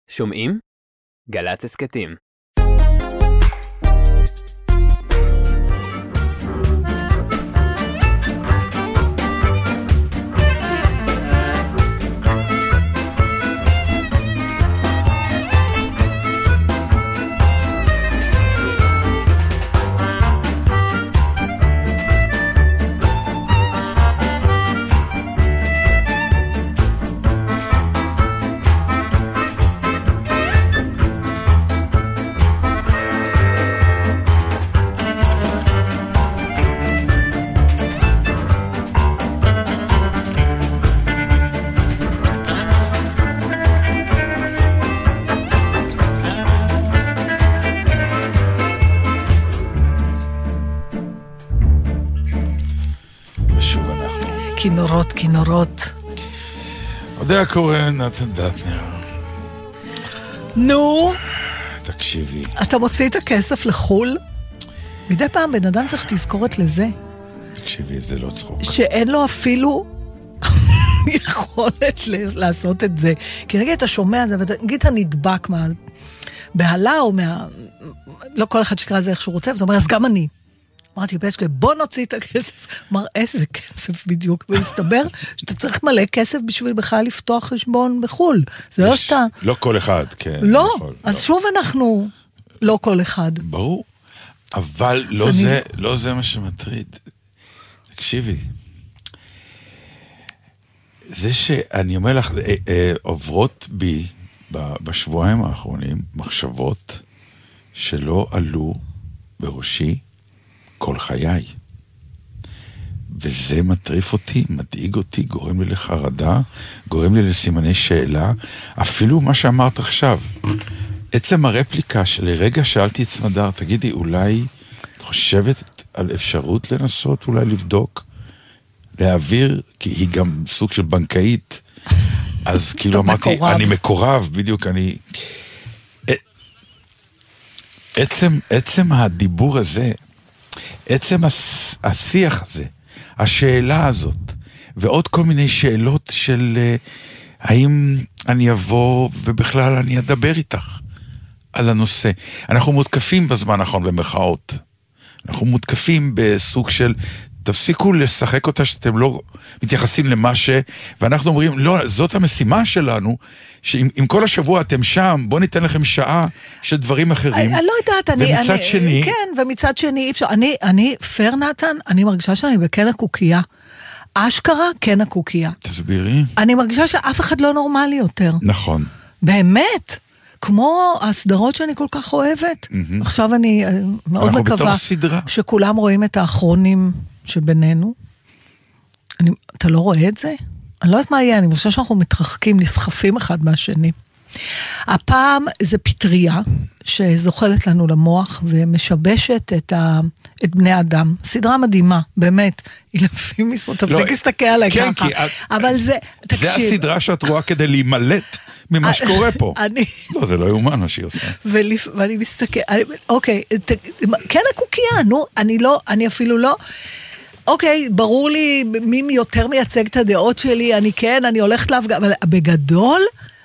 שומעים? גל"צ הסכתים. כינורות. יודע קורן, נתן דטנר. נו. תקשיבי. אתה מוציא את הכסף לחול? מדי פעם בן אדם צריך תזכורת לזה. תקשיבי, זה לא צחוק. שאין לו אפילו יכולת לעשות את זה. כי נגיד אתה שומע זה, ונגיד אתה נדבק בהלה או לא כל אחד שקרא זה איך שהוא רוצה, וזה אומר, אז גם אני. אמרתי, פשקה, בוא נוציא את הכסף. אמר, איזה כסף בדיוק? ומסתבר שאתה צריך מלא כסף בשביל בכלל לפתוח חשבון בחול. זה לא שאתה... לא כל אחד, כן. לא, אז שוב אנחנו לא כל אחד. ברור. אבל לא זה מה שמטריד. תקשיבי. זה שאני אומר לך, עוברות בי בשבועיים האחרונים מחשבות שלא עלו בראשי כל חיי. וזה מטריף אותי, מדאיג אותי, גורם לי לחרדה, גורם לי לסימני שאלה. אפילו מה שאמרת עכשיו, עצם הרפליקה שלרגע שאלתי את סמדר, תגידי, אולי את חושבת על אפשרות לנסות, אולי לבדוק, להעביר, כי היא גם סוג של בנקאית, אז כאילו אמרתי, אני מקורב, בדיוק, אני... עצם הדיבור הזה, עצם השיח הזה, השאלה הזאת, ועוד כל מיני שאלות של האם אני אבוא ובכלל אני אדבר איתך על הנושא. אנחנו מותקפים בזמן האחרון במחאות. אנחנו מותקפים בסוג של, תפסיקו לשחק אותה שאתם לא מתייחסים למה ואנחנו אומרים, לא, זאת המשימה שלנו, שאם כל השבוע אתם שם, בוא ניתן לכם שעה של דברים אחרים. אני לא יודעת, ומצד שני... כן, ומצד שני, אפשר, פר נתן, אני מרגישה שאני בכן הקוקייה. אשכרה, כן הקוקייה. תסבירי. אני מרגישה שאף אחד לא נורמלי יותר. נכון. באמת. כמו הסדרות שאני כל כך אוהבת. עכשיו אני מאוד מקווה שכולם רואים את האחרונים שבינינו. אתה לא רואה את זה? אני לא יודעת מה יהיה, אני חושב שאנחנו מתרחקים, נסחפים אחד מהשני. הפעם זה פטריה שזוחלת לנו למוח ומשבשת את בני אדם. סדרה מדהימה, באמת. היא לפי משרות, תפסיק להסתכל עליי ככה. אבל זה, תקשיב. זה הסדרה שאת רואה כדי להימלט ממה שקורה פה. לא, זה לא יאומן מה שהיא עושה. ואני מסתכל, אוקיי, כן הקוקייה, נו, אני אפילו לא... אוקיי, ברור לי מי יותר מייצג את הדעות שלי, אני הולכת להפגע, אבל בגדול,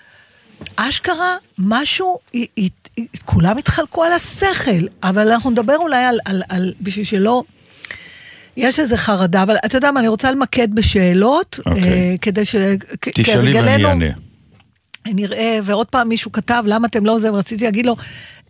אשכרה, משהו, כולם התחלקו על השכל, אבל אנחנו נדבר אולי על בשביל שלא, יש איזה חרדה, אבל אתה יודע מה, אני רוצה למקד בשאלות, כדי תשאלי ואני אענה. נראה, ועוד פעם מישהו כתב, למה אתם לא זה, ורציתי להגיד לו,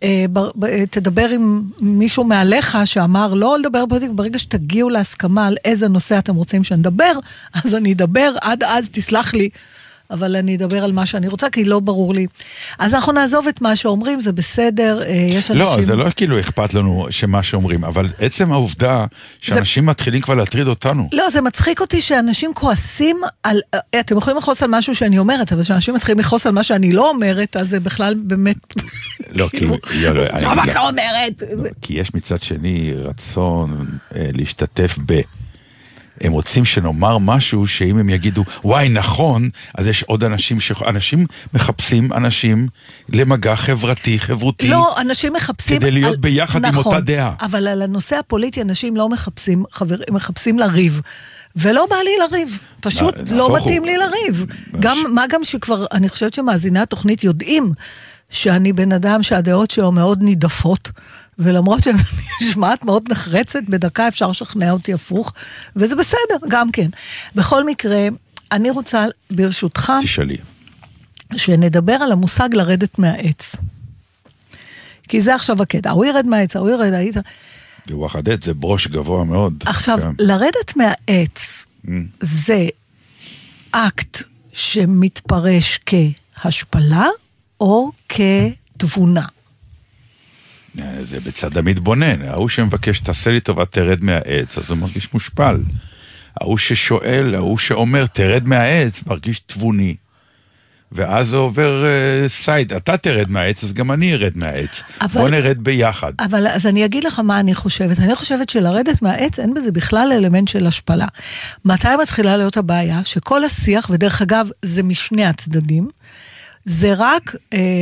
תדבר עם מישהו מעליך שאמר, לא לדבר פוליטיקה, ברגע שתגיעו להסכמה על איזה נושא אתם רוצים שנדבר, אז אני אדבר, עד אז תסלח לי, אבל אני אדבר על מה שאני רוצה, כי לא ברור לי. אז אנחנו נעזוב את מה שאומרים, זה בסדר, יש אנשים... לא, זה לא כאילו אכפת לנו שמה שאומרים, אבל עצם העובדה שאנשים מתחילים כבר להטריד אותנו. לא, זה מצחיק אותי שאנשים כועסים על... אתם יכולים לחוס על משהו שאני אומרת, אבל שאנשים מתחילים לחוס על מה שאני לא אומרת, אז זה בכלל באמת... לא, כי... מה אתה אומרת? כי יש מצד שני רצון להשתתף הם רוצים שנאמר משהו שאם הם יגידו, וואי, נכון, אז יש עוד אנשים אנשים מחפשים אנשים למגע חברתי, חברותי. לא, אנשים מחפשים... כדי להיות ביחד עם אותה דעה. אבל על הנושא הפוליטי אנשים לא מחפשים, הם מחפשים לריב. ולא בא לי לריב. פשוט לא מתאים לי לריב. מה גם שכבר, אני חושבת שמאזיני התוכנית יודעים שאני בן אדם שהדעות שלו מאוד נידפות, ולמרות שאני נשמעת מאוד נחרצת, בדקה אפשר לשכנע אותי הפוך, וזה בסדר, גם כן. בכל מקרה, אני רוצה, ברשותך, תשאלי. שנדבר על המושג לרדת מהעץ. כי זה עכשיו הקטע, הוא ירד מהעץ, הוא ירד, היית... וואחד עץ זה ברוש גבוה מאוד. עכשיו, לרדת מהעץ, זה אקט שמתפרש כהשפלה, או כתבונה. זה בצד המתבונן, ההוא שמבקש, תעשה לי טובה, תרד מהעץ, אז הוא מרגיש מושפל. ההוא ששואל, ההוא שאומר, תרד מהעץ, מרגיש תבוני. ואז זה עובר סייד, אתה תרד מהעץ, אז גם אני ארד מהעץ. בוא נרד ביחד. אבל אז אני אגיד לך מה אני חושבת. אני חושבת שלרדת מהעץ אין בזה בכלל אלמנט של השפלה. מתי מתחילה להיות הבעיה? שכל השיח, ודרך אגב זה משני הצדדים, זה רק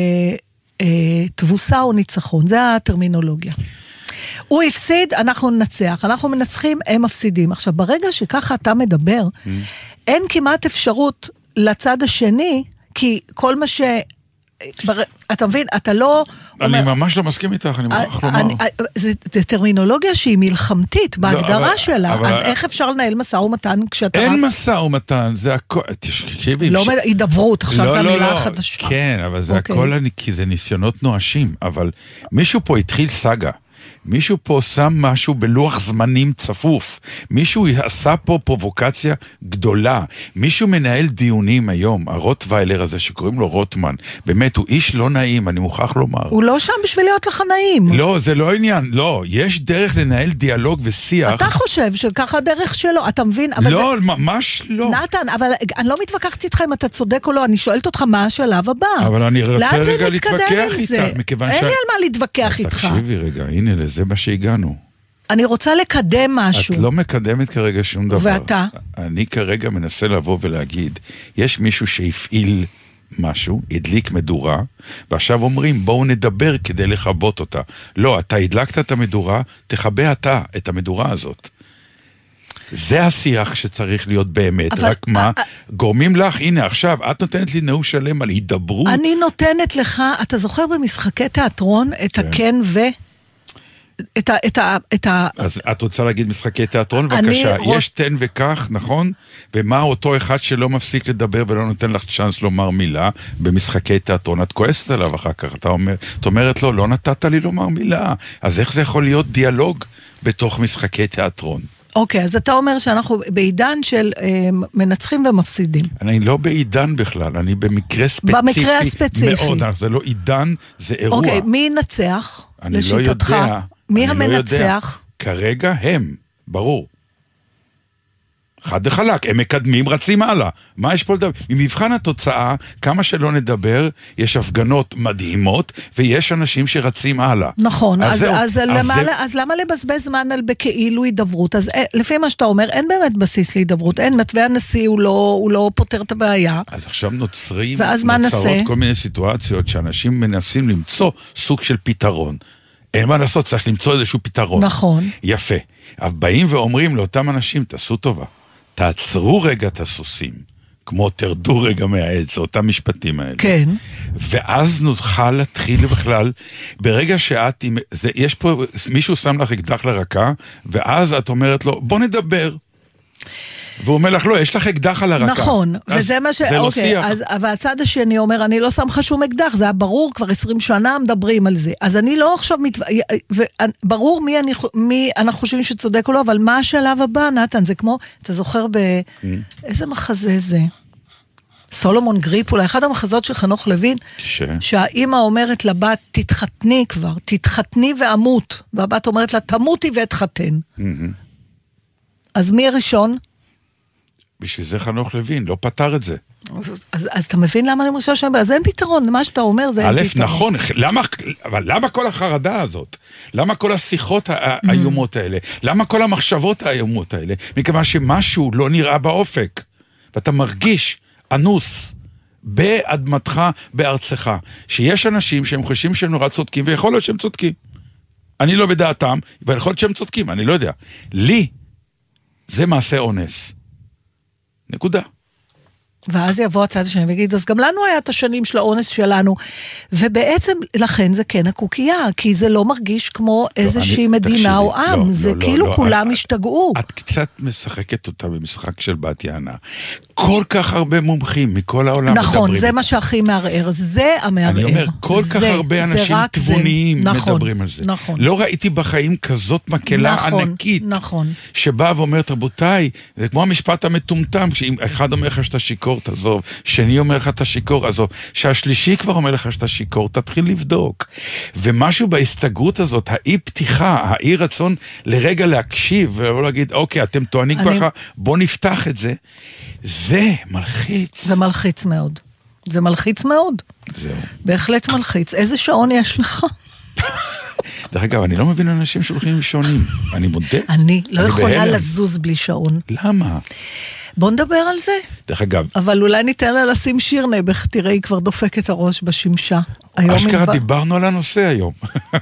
תבוסה או ניצחון, זה הטרמינולוגיה. הוא הפסיד, אנחנו ננצח, אנחנו מנצחים, הם מפסידים. עכשיו, ברגע שככה אתה מדבר, אין כמעט אפשרות לצד השני, כי כל מה ש... אתה מבין, אתה לא... אני ממש לא מסכים איתך, אני מוכרח לומר. זה טרמינולוגיה שהיא מלחמתית, בהגדרה שלה, אז איך אפשר לנהל משא ומתן כשאתה... אין משא ומתן, זה הכל... תשכיבי... לא הידברות, עכשיו זה המילה החדשה. כן, אבל זה הכל, כי זה ניסיונות נואשים, אבל מישהו פה התחיל סגה. מישהו פה שם משהו בלוח זמנים צפוף, מישהו עשה פה פרובוקציה גדולה, מישהו מנהל דיונים היום, הרוטוויילר הזה שקוראים לו רוטמן, באמת הוא איש לא נעים, אני מוכרח לומר. הוא לא שם בשביל להיות לך נעים. לא, זה לא עניין, לא, יש דרך לנהל דיאלוג ושיח. אתה חושב שככה הדרך שלו, אתה מבין? לא, ממש לא. נתן, אבל אני לא מתווכחת איתך אם אתה צודק או לא, אני שואלת אותך מה השלב הבא. אבל אני רוצה רגע להתווכח איתך, מכיוון אין לי על מה להתווכח איתך. תקשיבי רגע, הנה, זה מה שהגענו. אני רוצה לקדם משהו. את לא מקדמת כרגע שום דבר. ואתה? אני כרגע מנסה לבוא ולהגיד, יש מישהו שהפעיל משהו, הדליק מדורה, ועכשיו אומרים, בואו נדבר כדי לכבות אותה. לא, אתה הדלקת את המדורה, תכבה אתה את המדורה הזאת. זה השיח שצריך להיות באמת, רק מה, גורמים לך, הנה עכשיו, את נותנת לי נאום שלם על הידברות. אני נותנת לך, אתה זוכר במשחקי תיאטרון, את הכן ו... אז את רוצה להגיד משחקי תיאטרון? בבקשה, יש תן וכך, נכון? ומה אותו אחד שלא מפסיק לדבר ולא נותן לך צ'אנס לומר מילה במשחקי תיאטרון? את כועסת עליו אחר כך, את אומרת לו, לא נתת לי לומר מילה. אז איך זה יכול להיות דיאלוג בתוך משחקי תיאטרון? אוקיי, אז אתה אומר שאנחנו בעידן של מנצחים ומפסידים. אני לא בעידן בכלל, אני במקרה ספציפי. במקרה הספציפי. מאוד, זה לא עידן, זה אירוע. אוקיי, מי ינצח לשיטתך? אני לא יודע. מי המנצח? כרגע הם, ברור. חד וחלק, הם מקדמים, רצים הלאה. מה יש פה לדבר? ממבחן התוצאה, כמה שלא נדבר, יש הפגנות מדהימות, ויש אנשים שרצים הלא. נכון, אז למה לבזבז זמן על בכאילו הידברות? אז לפי מה שאתה אומר, אין באמת בסיס להידברות, אין, מתווה הנשיא הוא לא פותר את הבעיה. אז עכשיו נוצרות כל מיני סיטואציות, שאנשים מנסים למצוא סוג של פתרון. אין מה לעשות, צריך למצוא איזשהו פתרון. נכון. יפה. אבל באים ואומרים לאותם אנשים, תעשו טובה. תעצרו רגע את הסוסים, כמו תרדו רגע מהעץ, אותם משפטים האלה. כן. ואז נוכל להתחיל בכלל, ברגע שאת, יש פה, מישהו שם לך אקדח לרקה, ואז את אומרת לו, בוא נדבר. והוא אומר לך, לא, יש לך אקדח על הרקה. נכון, וזה מה ש... אוקיי, אבל הצד השני אומר, אני לא שם לך שום אקדח, זה היה ברור, כבר 20 שנה מדברים על זה. אז אני לא עכשיו... ברור מי אנחנו חושבים שצודק או לא, אבל מה השלב הבא, נתן? זה כמו, אתה זוכר איזה מחזה זה? סולומון גריפ, אולי אחד המחזות של חנוך לוין, שהאימא אומרת לבת, תתחתני כבר, תתחתני ועמות, והבת אומרת לה, תמותי ואתחתן. אז מי הראשון? בשביל זה חנוך לוין, לא פתר את זה. אז אתה מבין למה אני מרשה שם? אז אין פתרון, מה שאתה אומר זה אין פתרון. נכון, אבל למה כל החרדה הזאת? למה כל השיחות האיומות האלה? למה כל המחשבות האיומות האלה? מכיוון שמשהו לא נראה באופק, ואתה מרגיש אנוס באדמתך, בארצך, שיש אנשים שהם חושבים שהם נורא צודקים, ויכול להיות שהם צודקים. אני לא בדעתם, ויכול להיות שהם צודקים, אני לא יודע. לי, זה מעשה אונס. נקודה. ואז יבוא הצד השני ויגיד, אז גם לנו היה את השנים של האונס שלנו, ובעצם לכן זה כן הקוקייה, כי זה לא מרגיש כמו איזושהי מדינה או עם, זה כאילו כולם השתגעו. את קצת משחקת אותה במשחק של בת יענה. כל כך הרבה מומחים מכל העולם מדברים. נכון, זה מה שהכי מערער, זה המערער. אני אומר, כל כך הרבה אנשים תבוניים מדברים על זה. לא ראיתי בחיים כזאת מקלה ענקית, שבאה ואומרת, רבותיי, זה כמו המשפט המטומטם, שאם אחד אומר לך שאתה שיקור, תעזוב, שני אומר לך אתה שיקור, עזוב, שהשלישי כבר אומר לך שאתה שיקור, תתחיל לבדוק. ומשהו בהסתגרות הזאת, האי פתיחה, האי רצון לרגע להקשיב, ולא להגיד, אוקיי, אתם טוענים ככה, בוא נפתח את זה. זה מלחיץ. זה מלחיץ מאוד. זה מלחיץ מאוד. זהו. בהחלט מלחיץ. איזה שעון יש לך? דרך אגב, אני לא מבין אנשים שהולכים עם שעונים. אני מודה. אני לא יכולה לזוז בלי שעון. למה? בוא נדבר על זה. דרך אגב. אבל אולי ניתן לה לשים שיר נעבך, תראה, היא כבר דופקת הראש בשמשה. אשכרה דיברנו על הנושא היום.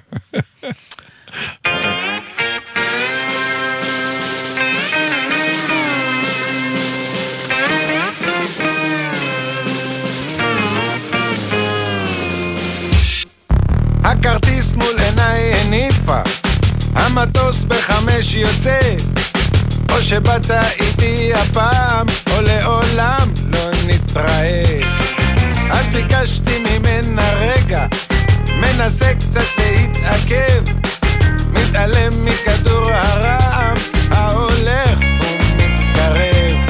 הכרטיס מול עיניי הניפה, המטוס ב5 יוצא, או שבאת איתי הפעם, או לעולם לא נתראה. אז ביקשתי ממנה רגע, מנסה קצת להתעכב, מתעלם מכדור הרעם, ההולך ומתקרב.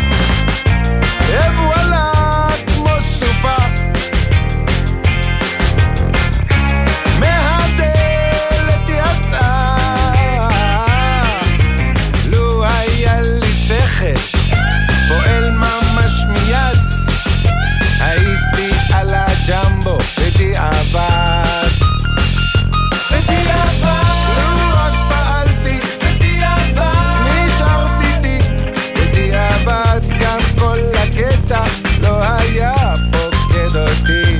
וואלה, כמו סופה, מהדלת יצאה, לו היה לי שכל, פועל ממש מיד, הייתי על הג'מבו בדיעבד. בדיעבד, לו רק פעלתי, בדיעבד, נשארת איתי, בדיעבד, גם כל הקטע לא היה פוקד אותי.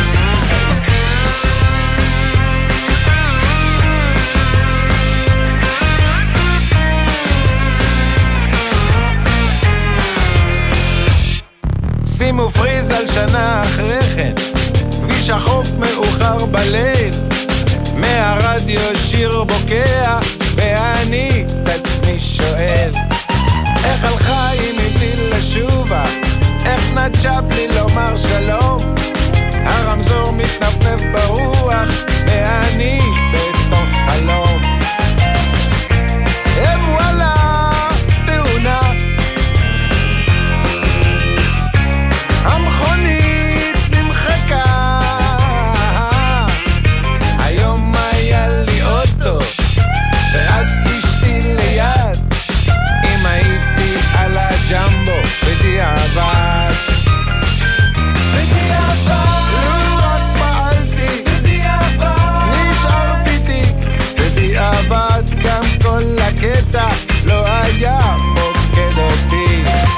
שימו פריז על שנה אחרי כן, כביש החוף מאוחר בליל, מהרדיו שיר בוקע, ואני תתני שואל, איך הלכה היא מבלי לשובה, איך נג'ה בלי לומר שלום, הרמזור מתנפנף ברוח, ואני בתוך חלום. וואלה, תאונה, המכונית נמחקה, היום היה לי אוטו ואת אשתי ליד, אם הייתי על הג'מבו בדיעבד, בדיעבד, לו רק פעלתי, בדיעבד, נשאר ביתי, בדיעבד, גם כל הקטע לא היה פוקד אותי.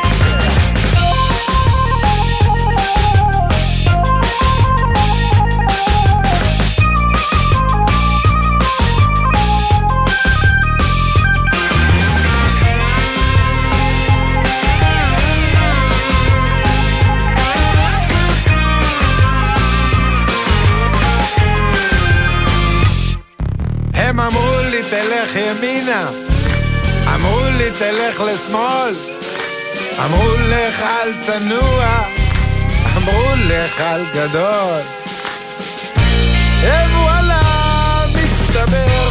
הם אמרו לי תלך ימינה, אמרו לי תלך לשמאל, אמרו לך על צנוע, אמרו לך על גדול. וואלה, מסתבר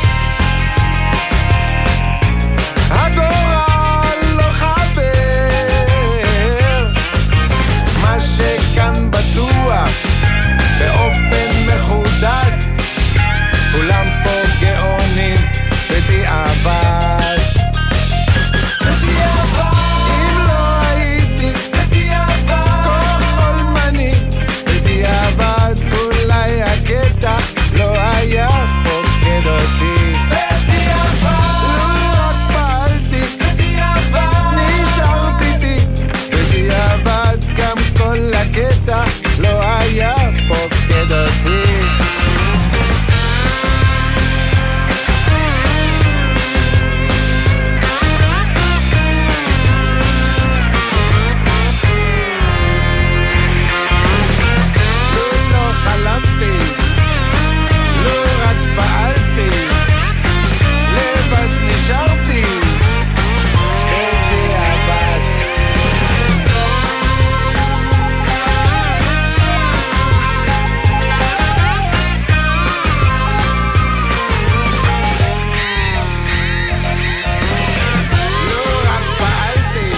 הגורל לא חבר, מה שכאן בטוח באופן מחודד, כולם פה גאונים בדיעבד, בדיעבד, אם לא הייתי בדיעבד, כל חולמני בדיעבד, אולי הקטע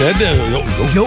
בסדר, יו.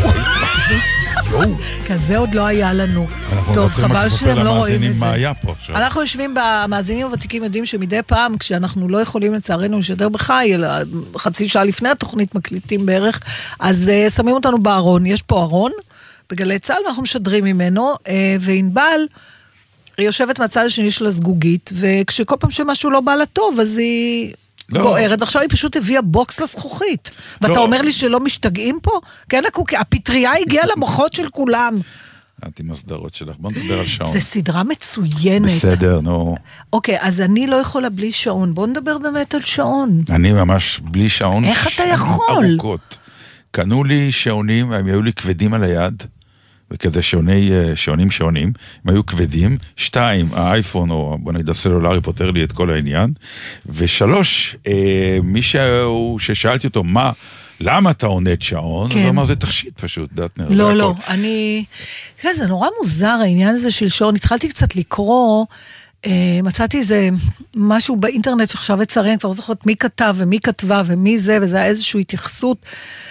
כזה עוד לא היה לנו. טוב, חבל שהם לא רואים את זה. אנחנו יושבים במאזינים הוותיקים, יודעים שמדי פעם, כשאנחנו לא יכולים לצערנו לשדר בחי, אלא חצי שעה לפני התוכנית מקליטים בערך, אז שמים אותנו בארון. יש פה ארון בגלי צהל, ואנחנו משדרים ממנו, וענבל היא יושבת מהצד השני של הסגוגית, וכשכל פעם שמשהו לא בא לה טוב, אז היא גוערת. עכשיו היא פשוט הביאה בוקס לזכוכית. ואתה אומר לי שלא משתגעים פה? כן, הפטריה הגיעה למוחות של כולם. את עם הסדרות שלך, בוא נדבר על שעון. זה סדרה מצוינת. בסדר, נו. אוקיי, אז אני לא יכולה בלי שעון. בוא נדבר באמת על שעון. אני ממש בלי שעון. איך אתה יכול? ארוכות. קנו לי שעונים, הם היו לי כבדים על היד. וכזה שעונים, הם היו כבדים. 2, האייפון, או בוא נגיד הסלולרי, פותר לי את כל העניין. ו3, מישהו ששאלתי אותו, למה אתה עונד שעון? אז הוא אמר, זה תכשיט פשוט, דטנר. לא, זה נורא מוזר העניין הזה של שעון. התחלתי קצת לקרוא, מצאתי איזה משהו באינטרנט שעכשיו אצרי, אני כבר לא זוכרת מי כתב ומי כתבה ומי זה, וזה היה איזושהי התייחסות.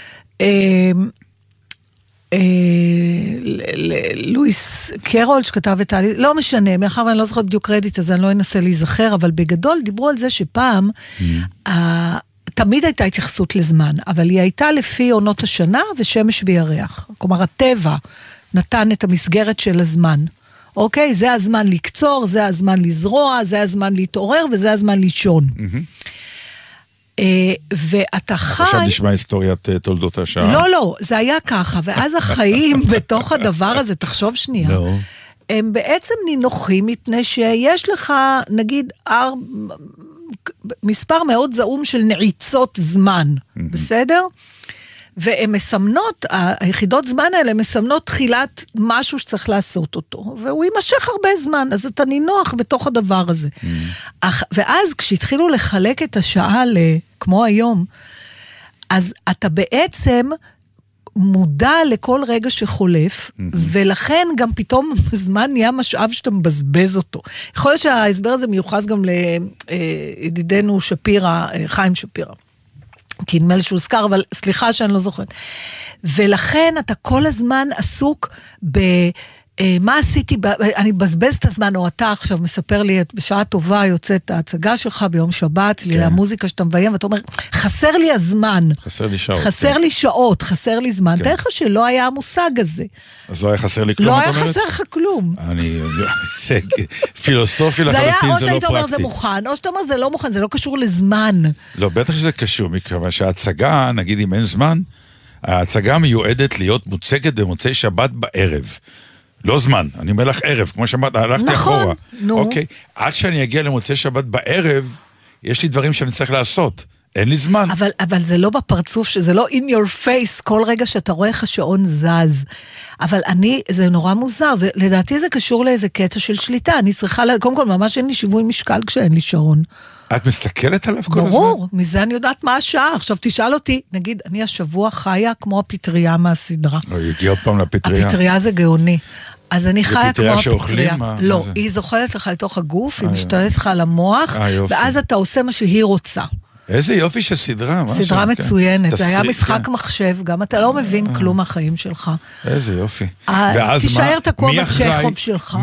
לואיס קרול שכתב את העלי, לא משנה, מאחר ואני לא זוכרת בדיוק קרדיט, אז אני לא אנסה להיזכר, אבל בגדול דיברו על זה שפעם, תמיד הייתה התייחסות לזמן, אבל היא הייתה לפי עונות השנה ושמש וירח. כלומר, הטבע נתן את המסגרת של הזמן. אוקיי? זה הזמן לקצור, זה הזמן לזרוע, זה הזמן להתעורר, וזה הזמן לישון. ואתה חי... עכשיו נשמע היסטוריית תולדות השעה. לא, זה היה ככה, ואז החיים בתוך הדבר הזה, תחשוב שנייה, הם בעצם נינוחים מפני שיש לך, נגיד, מספר מאוד זעום של נעיצות זמן, בסדר? והן מסמנות, היחידות זמן האלה מסמנות תחילת משהו שצריך לעשות אותו, והוא יימשך הרבה זמן, אז אתה נינוח בתוך הדבר הזה. ואז כשהתחילו לחלק את השעה כמו היום, אז אתה בעצם מודע לכל רגע שחולף, ולכן גם פתאום זמן נהיה משאב שאתה מבזבז אותו. יכול להיות שההסבר הזה מיוחס גם לידידנו שפירה, חיים שפירה. כי נדמה לי שהוא הוזכר, אבל סליחה שאני לא זוכרת. ולכן אתה כל הזמן עסוק מה עשיתי, אני מבזבז את הזמן, או אתה עכשיו מספר לי, בשעה טובה יוצאת ההצגה שלך ביום שבת, לי למוזיקה שאתה מביים, ואתה אומר, חסר לי הזמן. חסר לי שעות. חסר לי שעות, חסר לי זמן. תראה לך שלא היה המושג הזה. אז לא היה חסר לי כלום, לא היה חסר לך כלום. אני, פילוסופי לחלוטין, זה לא פרקטי. זה היה או שהיית אומר זה מוכן, או שאתה אומר זה לא מוכן, זה לא קשור לזמן. לא, בטח שזה קשור, מכיוון שההצגה, נגיד אם אין זמן, ההצגה מיועדת להיות מוצגת במוצאי שבת בערב. לא זמן, אני אומר לך ערב, כמו שאמרת, הלכתי אחורה. נו. אוקיי, עד שאני אגיע למוצאי שבת בערב, יש לי דברים שאני צריך לעשות. אין לי זמן. אבל זה לא בפרצוף, זה לא in your face, כל רגע שאתה רואה איך השעון זז. אבל זה נורא מוזר, לדעתי זה קשור לאיזה קטע של שליטה, אני צריכה, קודם כל, ממש אין לי שיווי משקל כשאין לי שעון. את מסתכלת עליו כל הזמן? ברור, מזה אני יודעת מה השעה. עכשיו תשאל אותי, נגיד, אני השבוע חיה כמו הפטריה מהסדרה. הגיע עוד פעם לפטריה. הפטריה זה גאוני. אז אני חיה כמו הפטריה. שאוכלים? לא, היא זוחלת לך לתוך הגוף, היא משתלטת לך על המוח, ואז אתה עושה מה שהיא רוצה. איזה יופי של סדרה. סדרה מצוינת, זה היה משחק מחשב, גם אתה לא מבין כלום מהחיים שלך. איזה יופי. תישאר תקוע בצ'כוב שלך.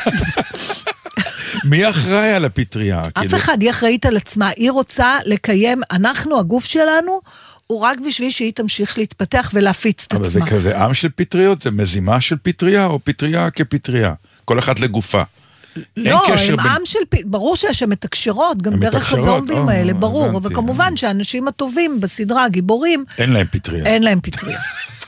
מי אחראי על הפטריה? אף אחד, היא אחראית על עצמה, היא רוצה לקיים, אנחנו, הגוף שלנו, הוא רק בשביל שהיא תמשיך להתפתח ולהפיץ את עצמה. אבל זה כזה עם של פטריות, זה מזימה של פטריה, או פטריה כפטריה? כל אחת לגופה. לא, הם עם של ברור שיש שם מתקשרות, גם דרך הזומבים האלה, ברור, אבל כמובן שהאנשים הטובים בסדרה, הגיבורים, אין להם פטריה. אין להם פטריה.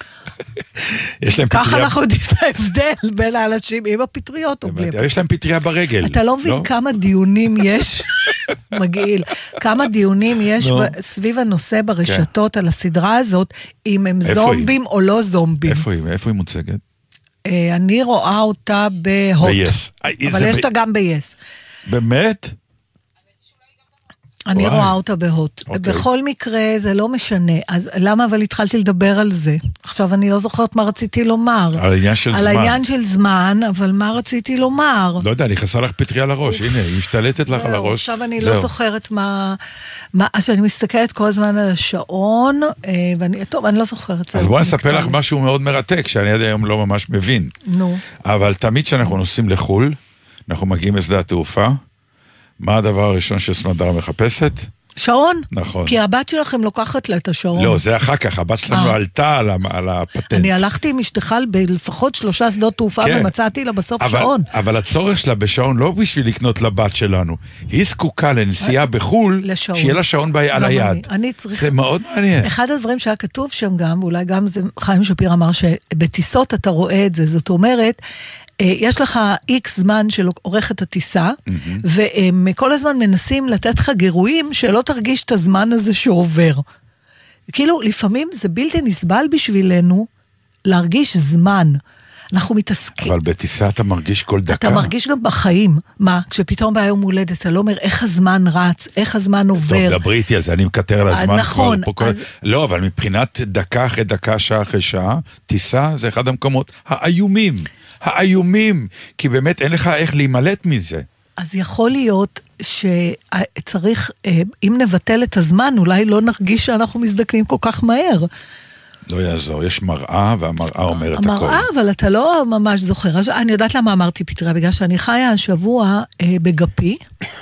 ככה אנחנו יודעים את ההבדל בין האנשים עם הפטריות או בלי. יש להם פטריה ברגל. אתה לא מבין כמה דיונים יש, מגעיל, כמה דיונים יש סביב הנושא ברשתות על הסדרה הזאת, אם הם זומבים או לא זומבים. איפה היא מוצגת? אני רואה אותה בהוט, אבל יש אותה גם ביס. באמת? אני רואה אותה בהוט. בכל מקרה זה לא משנה. אז למה אבל התחלתי לדבר על זה? עכשיו אני לא זוכרת מה רציתי לומר. על העניין של זמן. על העניין של זמן, אבל מה רציתי לומר? לא יודע, אני חסר לך פטריה על הראש. הנה, היא משתלטת לך על הראש. עכשיו אני לא זוכרת מה... אז שאני מסתכלת כל הזמן על השעון, טוב, אני לא זוכרת. אז בואי נספר לך משהו מאוד מרתק, שאני עד היום לא ממש מבין. נו. אבל תמיד שאנחנו נוסעים לחול, אנחנו מגיעים לשדה התעופה, מה הדבר הראשון שסמדר מחפשת? שעון? נכון. כי הבת שלכם לוקחת לה את השעון. לא, זה אחר כך, הבת שלנו עלתה על הפטנט. אני הלכתי עם אשתחל בלפחות 3 שדות תעופה ומצאתי לה בסוף שעון. אבל הצורך שלה בשעון לא בשביל לקנות לבת שלנו. היא זקוקה לנסיעה בחול, שיהיה לה שעון על היד. זה מאוד מעניין. אחד הדברים שהיה כתוב שם גם, ואולי גם חיים שפיר אמר שבטיסות אתה רואה את זה, זאת אומרת, יש לך איקס זמן של עורכת הטיסה, והם כל הזמן מנסים לתת לך גירויים שלא תרגיש את הזמן הזה שעובר. כאילו, לפעמים זה בלתי נסבל בשבילנו להרגיש זמן. אנחנו מתעסקים. אבל בטיסה אתה מרגיש כל דקה. אתה מרגיש גם בחיים. מה? כשפתאום ביום הולדת, אתה לא אומר איך הזמן רץ, איך הזמן עובר. טוב, דברי איתי על זה, אני מקטר על הזמן. נכון. לא, אבל מבחינת דקה אחרי דקה, שעה אחרי שעה, טיסה זה אחד המקומות האיומים, כי באמת אין לך איך להימלט מזה. אז יכול להיות שצריך, אם נבטל את הזמן, אולי לא נרגיש שאנחנו מזדקנים כל כך מהר. לא יעזור, יש מראה, והמראה אומרת הכל. המראה, אבל אתה לא ממש זוכר. אני יודעת למה אמרתי פטריה, בגלל שאני חיה השבוע בגפי.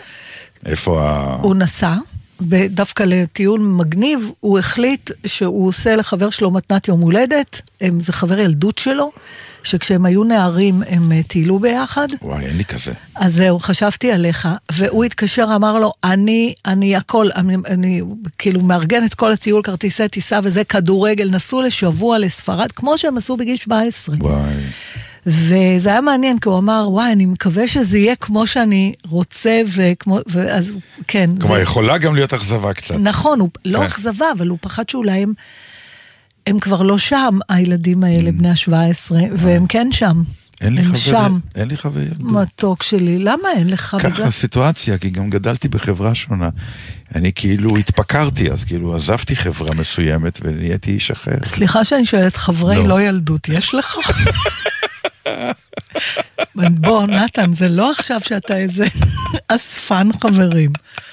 איפה הוא נסע, דווקא לטיול מגניב, הוא החליט שהוא עושה לחבר שלו מתנת יום הולדת, זה חבר ילדות שלו, שכשהם היו נערים הם טיילו ביחד. וואי, אין לי כזה. אז זהו, חשבתי עליך, והוא התקשר, אמר לו, אני הכל, אני כאילו מארגן את כל הטיול, כרטיסי טיסה וזה, כדורגל, נסעו לשבוע לספרד, כמו שהם עשו בגיל 17. וואי. וזה היה מעניין, כי הוא אמר, וואי, אני מקווה שזה יהיה כמו שאני רוצה, ואז, כן. כלומר, יכולה גם להיות אכזבה קצת. נכון, לא אכזבה, אבל הוא פחד שאולי הם כבר לא שם, הילדים האלה, בני ה-17, והם כן שם. אין לי חבר ילדות. מתוק שלי, למה אין לך? ככה הסיטואציה, כי גם גדלתי בחברה שונה. אני כאילו התפקרתי, אז כאילו עזבתי חברה מסוימת, ונהייתי איש אחר. סליחה שאני שואלת, חברי לא ילדות, יש לך? בוא, נתן, זה לא עכשיו שאתה איזה אספן חברים.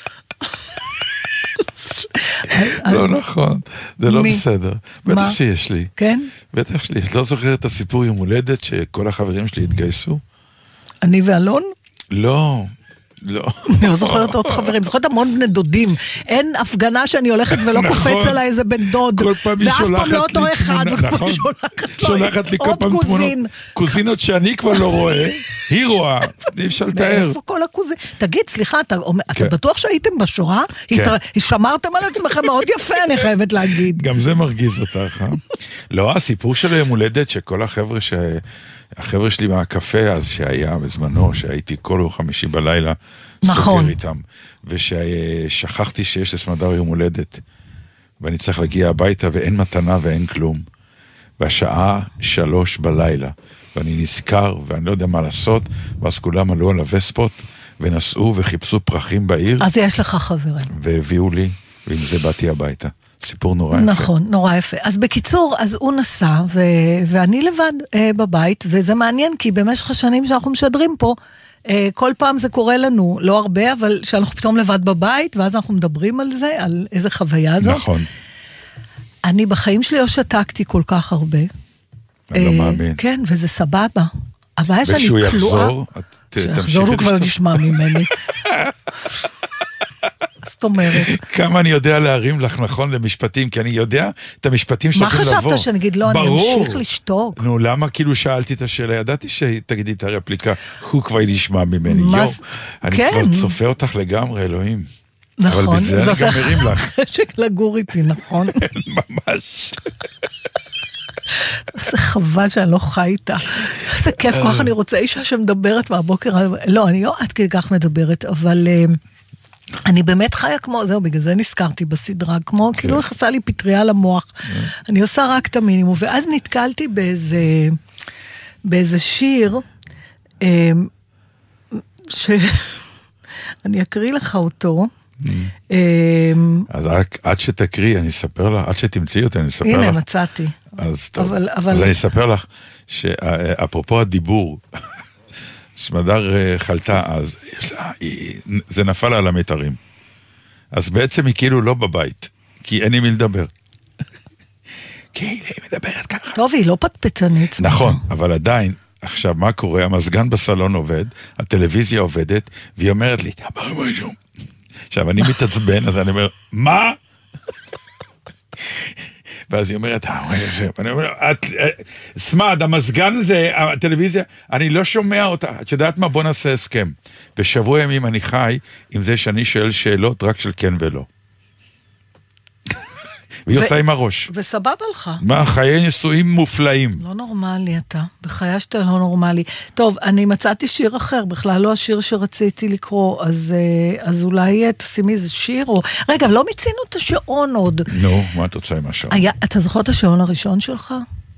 לא נכון, זה לא בסדר. בטח שיש לי. כן? בטח שלי. את לא זוכרת את הסיפור יום הולדת שכל החברים שלי התגייסו? אני ואלון? לא. לא. אני לא זוכרת עוד חברים, זוכרת המון בני דודים. אין הפגנה שאני הולכת ולא קופץ עליי איזה בן דוד. כל פעם היא שולחת לי תמונה. נכון. שולחת לי כל פעם תמונות. קוזינות שאני כבר לא רואה, היא רואה. אי אפשר לתאר. איפה כל הקוזינות? תגיד, סליחה, אתה בטוח שהייתם בשואה? שמרתם על עצמכם מאוד יפה, אני חייבת להגיד. גם זה מרגיז אותך. לא, הסיפור של היום הולדת שכל החבר'ה שלי מהקפה אז שהיה בזמנו, שהייתי כל חמישי בלילה סוגר איתם, וששכחתי שיש לסמדר יום הולדת, ואני צריך להגיע הביתה ואין מתנה ואין כלום, והשעה 3 בלילה, ואני נזכר ואני לא יודע מה לעשות, ואז כולם עלו על הווספות, ונסעו וחיפשו פרחים בעיר. אז יש לך חברים. והביאו לי, ועם זה באתי הביתה. סיפור נורא יפה. נכון, נורא יפה. אז בקיצור, אז הוא נסע, ואני לבד בבית, וזה מעניין, כי במשך השנים שאנחנו משדרים פה, כל פעם זה קורה לנו, לא הרבה, אבל שאנחנו פתאום לבד בבית, ואז אנחנו מדברים על זה, על איזה חוויה זאת. נכון. אני בחיים שלי לא שתקתי כל כך הרבה. אני לא מאמין. כן, וזה סבבה. הבעיה שאני כלואה. וכשהוא יחזור, שיחזור הוא כבר נשמע ממני. זאת אומרת. כמה אני יודע להרים לך נכון למשפטים, כי אני יודע את המשפטים שהולכים לבוא. מה חשבת שנגיד לא, אני אמשיך לשתוק? נו, למה כאילו שאלתי את השאלה? ידעתי שתגידי את הרפליקה, הוא כבר נשמע ממני. יו, אני כבר צופה אותך לגמרי, אלוהים. נכון. אבל בזה אני גם מרים לך. חשק לגור איתי, נכון? ממש. זה חבל שאני לא חי איתה. זה כיף, כל כך אני רוצה אישה שמדברת מהבוקר. לא, אני לא עד כדי כך מדברת, אבל אני באמת חיה כמו, זהו, בגלל זה נזכרתי בסדרה, כמו, כאילו נכנסה לי פטריה למוח. אני עושה רק את המינימום, ואז נתקלתי באיזה שיר, שאני אקריא לך אותו, אז עד שתקריא, אני אספר לך, עד שתמצאי אותי, אני אספר לך. הנה, מצאתי. אז טוב. אז אני אספר לך, שאפרופו הדיבור, סמדר חלתה אז, זה נפל על המתרים. אז בעצם היא כאילו לא בבית, כי אין לי מי לדבר. כי היא מדברת ככה. טוב, היא לא פטפטנית. נכון, אבל עדיין, עכשיו מה קורה? המזגן בסלון עובד, הטלוויזיה עובדת, והיא אומרת לי, תאמר משהו. עכשיו, אני מתעצבן, אז אני אומר, מה? ואז היא אומרת, אני אומר, סמד, המזגן הזה, הטלוויזיה, אני לא שומע אותה. את יודעת מה? בוא נעשה הסכם. בשבוע ימים אני חי עם זה שאני שואל שאלות רק של כן ולא. והיא עושה עם הראש. וסבבה לך. מה, חיי נישואים מופלאים. לא נורמלי אתה, בחיי שאתה לא נורמלי. טוב, אני מצאתי שיר אחר, בכלל לא השיר שרציתי לקרוא, אז אולי תשימי איזה שיר, או... רגע, לא מיצינו את השעון עוד. נו, מה את רוצה עם השעון? אתה זוכר את השעון הראשון שלך?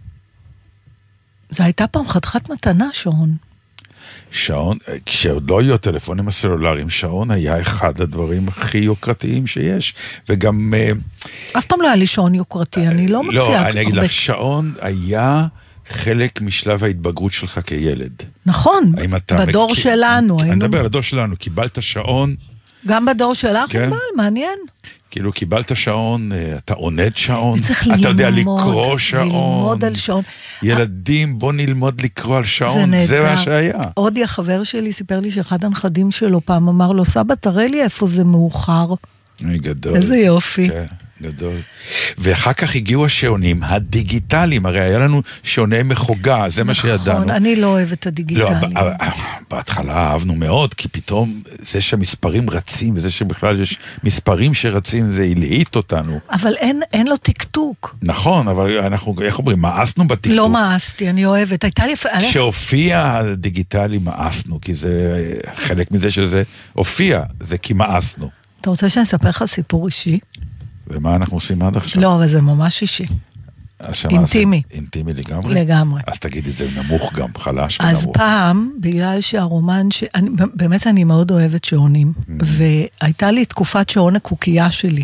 זה הייתה פעם חתיכת מתנה, שעון. שעון, כשעוד לא היו הטלפונים הסלולריים, שעון היה אחד הדברים הכי יוקרתיים שיש, וגם... אף פעם לא היה לי שעון יוקרתי, אני לא מציעה... לא, אני אגיד לך, שעון היה חלק משלב ההתבגרות שלך כילד. נכון, בדור שלנו. אני מדבר על הדור שלנו, קיבלת שעון... גם בדור שלך, מעניין. כאילו קיבלת שעון, אתה עונד שעון, אתה יודע לקרוא שעון. ללמוד על שעון. ילדים, בוא נלמוד לקרוא על שעון, זה מה שהיה. אודי, החבר שלי, סיפר לי שאחד הנכדים שלו פעם אמר לו, סבא, תראה לי איפה זה מאוחר. גדול. איזה יופי. כן, גדול. ואחר כך הגיעו השעונים הדיגיטליים, הרי היה לנו שעוני מחוגה, זה מה שידענו. נכון, אני לא אוהב את הדיגיטליים. לא, בהתחלה אהבנו מאוד, כי פתאום זה שהמספרים רצים, וזה שבכלל יש מספרים שרצים, זה הלהיט אותנו. אבל אין לו טקטוק. נכון, אבל אנחנו, איך אומרים, מאסנו בטקטוק. לא מאסתי, אני אוהבת. כשהופיע הדיגיטלי מאסנו, כי זה חלק מזה שזה הופיע, זה כי מאסנו. אתה רוצה שאני אספר לך סיפור אישי? ומה אנחנו עושים עד עכשיו? לא, אבל זה ממש אישי. אינטימי. אינטימי לגמרי? לגמרי. אז תגיד את זה נמוך גם, חלש ונמוך. אז פעם, בגלל שהרומן, באמת אני מאוד אוהבת שעונים, והייתה לי תקופת שעון הקוקייה שלי.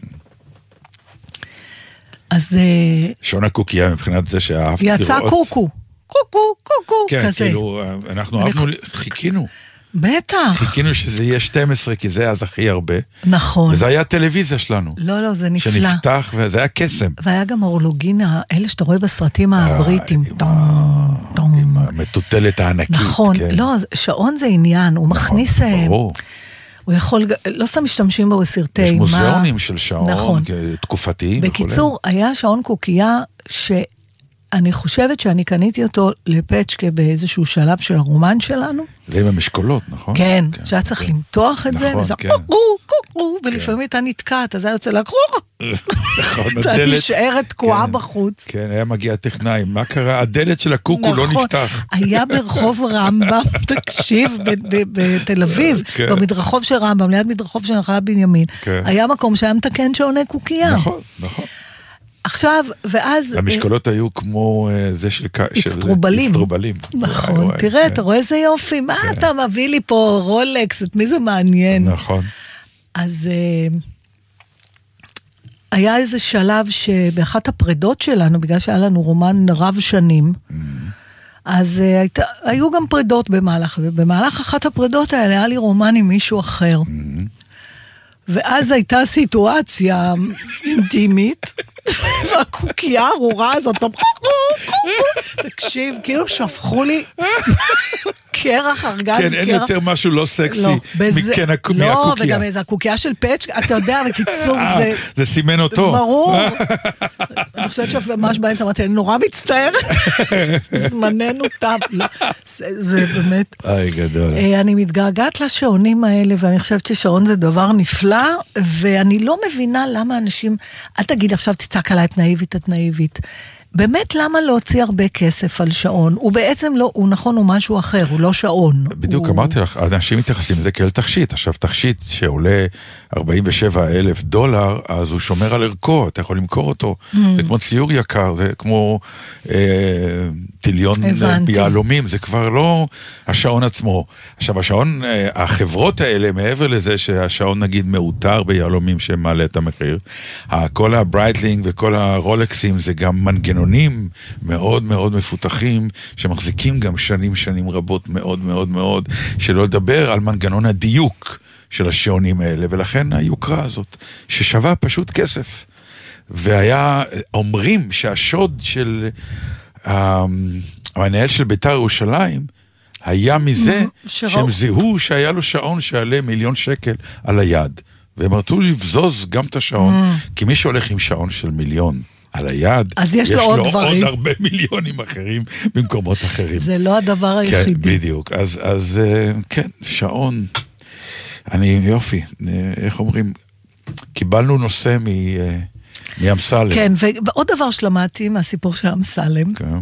אז... שעון הקוקייה מבחינת זה שאהבת לראות... יצא קוקו. קוקו, קוקו, כזה. כן, כאילו, אנחנו אהבנו, חיכינו. בטח. חיכינו שזה יהיה 12, כי זה אז הכי הרבה. נכון. וזה היה הטלוויזיה שלנו. לא, זה נפלא. שנפתח, וזה היה קסם. והיה גם אורלוגינה, אלה שאתה רואה בסרטים הבריטים. עם המטוטלת הענקית. נכון, לא, שעון זה עניין, הוא מכניס... ברור. הוא יכול, לא סתם משתמשים בו בסרטי יש מוזיאונים של שעון, נכון. תקופתיים. בקיצור, היה שעון קוקייה שאני חושבת שאני קניתי אותו לפצ'קה באיזשהו שלב של הרומן שלנו. זה עם המשקולות, נכון? כן, שהיה צריך למתוח את זה, וזה קוקו, ולפעמים הייתה נתקעת, אז היה יוצא לה נכון, אתה נשארת תקועה בחוץ. כן, היה מגיע טכנאי, מה קרה? הדלת של הקוקו לא נפתח. היה ברחוב רמב"ם, תקשיב, בתל אביב, במדרחוב של רמב"ם, ליד מדרחוב של נחלה בנימין, היה מקום שהיה מתקן שעוני קוקייה. נכון, נכון. עכשיו, ואז... המשקולות היו כמו זה של... אצטרובלים. נכון, תראה, אתה רואה איזה יופי, מה אתה מביא לי פה רולקס, את מי זה מעניין? נכון. אז היה איזה שלב שבאחת הפרדות שלנו, בגלל שהיה לנו רומן רב שנים, אז היו גם פרדות במהלך, ובמהלך אחת הפרדות האלה היה לי רומן עם מישהו אחר. ואז הייתה סיטואציה אינטימית, והקוקייה הארורה הזאת, תקשיב, כאילו שפכו לי קרח, ארגז קרח. כן, אין יותר משהו לא סקסי מהקוקייה. לא, וגם איזה הקוקייה של פאץ', אתה יודע, בקיצור זה... זה סימן אותו. ברור. אני חושבת שממש באמצע אמרתי, אני נורא מצטערת, זמננו תם. זה באמת... איי, גדול. אני מתגעגעת לשעונים האלה, ואני חושבת ששעון זה דבר נפלא, ואני לא מבינה למה אנשים... אל תגיד עכשיו, תצעק עליי את נאיבית, באמת למה להוציא הרבה כסף על שעון? הוא בעצם לא, הוא נכון, הוא משהו אחר, הוא לא שעון. בדיוק אמרתי לך, אנשים מתייחסים לזה כאל תכשיט. עכשיו, תכשיט שעולה $47,000, אז הוא שומר על ערכו, אתה יכול למכור אותו. זה כמו ציור יקר, זה כמו טיליון ביהלומים, זה כבר לא השעון עצמו. עכשיו, השעון, החברות האלה, מעבר לזה שהשעון נגיד מאותר ביהלומים שמעלה את המחיר, כל הברייטלינג וכל הרולקסים זה גם מנגנונים מאוד מאוד מפותחים, שמחזיקים גם שנים רבות מאוד מאוד מאוד, שלא לדבר על מנגנון הדיוק של השעונים האלה, ולכן היוקרה הזאת, ששווה פשוט כסף. והיה, אומרים שהשוד של המנהל של בית"ר ירושלים, היה מזה שהם זיהו שהיה לו שעון שעלה $1,000,000 על היד. והם רצו לבזוז גם את השעון, כי מי שהולך עם שעון של $1,000,000 על היד, אז יש לו עוד דברים. עוד הרבה מיליונים אחרים במקומות אחרים. זה לא הדבר היחידי. כן, בדיוק. אז כן, שעון. יופי, איך אומרים? קיבלנו נושא מאמסלם. כן, ועוד דבר שלמדתי מהסיפור של אמסלם. כן.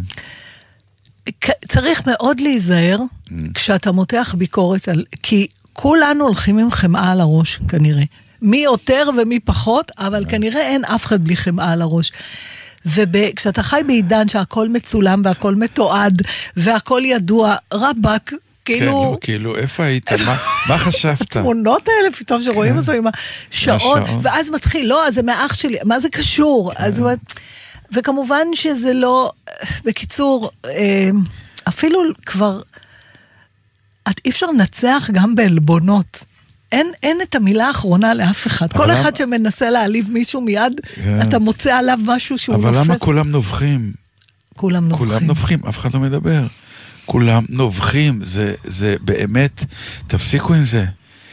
צריך מאוד להיזהר כשאתה מותח ביקורת כי כולנו הולכים עם חמאה על הראש, כנראה. מי יותר ומי פחות, אבל כנראה אין אף אחד בלי חמאה על הראש. וכשאתה חי בעידן שהכל מצולם והכל מתועד, והכל ידוע, רבק, כאילו... כאילו, איפה היית? מה חשבת? התמונות האלה פתאום שרואים אותו עם השעון, ואז מתחיל, לא, זה מהאח שלי, מה זה קשור? וכמובן שזה לא, בקיצור, אפילו כבר... אי אפשר לנצח גם בעלבונות. אין את המילה האחרונה לאף אחד. כל אחד שמנסה להעליב מישהו מיד, אתה מוצא עליו משהו שהוא נופל. אבל למה כולם נובחים? כולם נובחים, אף אחד לא מדבר. כולם נובחים, זה באמת, תפסיקו עם זה.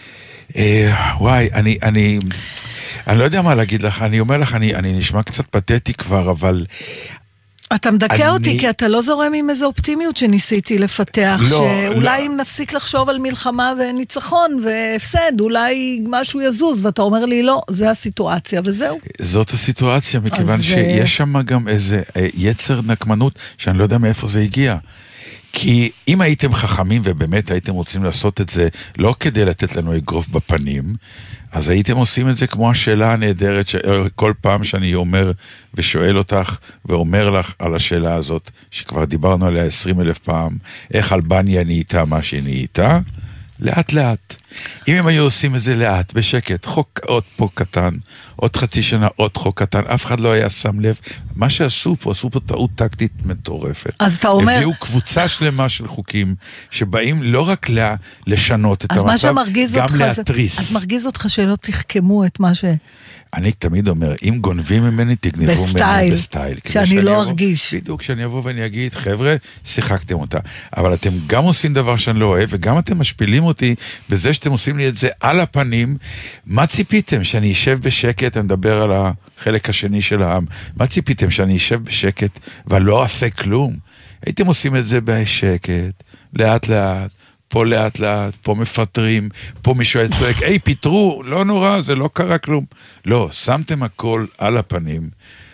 וואי, אני לא יודע מה להגיד לך, אני אומר לך, אני נשמע קצת פתטי כבר, אבל... אתה מדכא אותי, כי אתה לא זורם עם איזו אופטימיות שניסיתי לפתח, שאולי אם נפסיק לחשוב על מלחמה וניצחון והפסד, אולי משהו יזוז, ואתה אומר לי, לא, זה הסיטואציה, וזהו. זאת הסיטואציה, מכיוון שיש שם גם איזה יצר נקמנות, שאני לא יודע מאיפה זה הגיע. כי אם הייתם חכמים ובאמת הייתם רוצים לעשות את זה, לא כדי לתת לנו אגרוף בפנים, אז הייתם עושים את זה כמו השאלה הנהדרת, שכל פעם שאני אומר ושואל אותך ואומר לך על השאלה הזאת, שכבר דיברנו עליה 20,000 פעם, איך אלבניה נהייתה מה שהיא נהייתה, לאט לאט. אם הם היו עושים את זה לאט, בשקט, חוק עוד פה קטן, עוד חצי שנה, עוד חוק קטן, אף אחד לא היה שם לב. מה שעשו פה טעות טקטית מטורפת. אז אתה אומר... הביאו קבוצה שלמה של חוקים, שבאים לא רק לשנות את המצב, גם להתריס. אז מרגיז אותך שלא תחכמו את מה ש... אני תמיד אומר, אם גונבים ממני, תגנבו ממני בסטייל. כשאני לא ארגיש. בדיוק, כשאני אבוא ואני אגיד, חבר'ה, שיחקתם אותה. אבל אתם גם עושים דבר שאני לא אוהב, וגם אתם משפילים אותי בזה שאתם עושים לי את זה על הפנים. מה ציפיתם? שאני אשב בשקט, אני מדבר על החלק השני של העם. מה ציפיתם? שאני אשב בשקט ולא אעשה כלום? הייתם עושים את זה בשקט, לאט לאט. פה לאט לאט, פה מפטרים, פה מישהו צועק, היי, פיטרו, לא נורא, זה לא קרה כלום. לא, שמתם הכל על הפנים,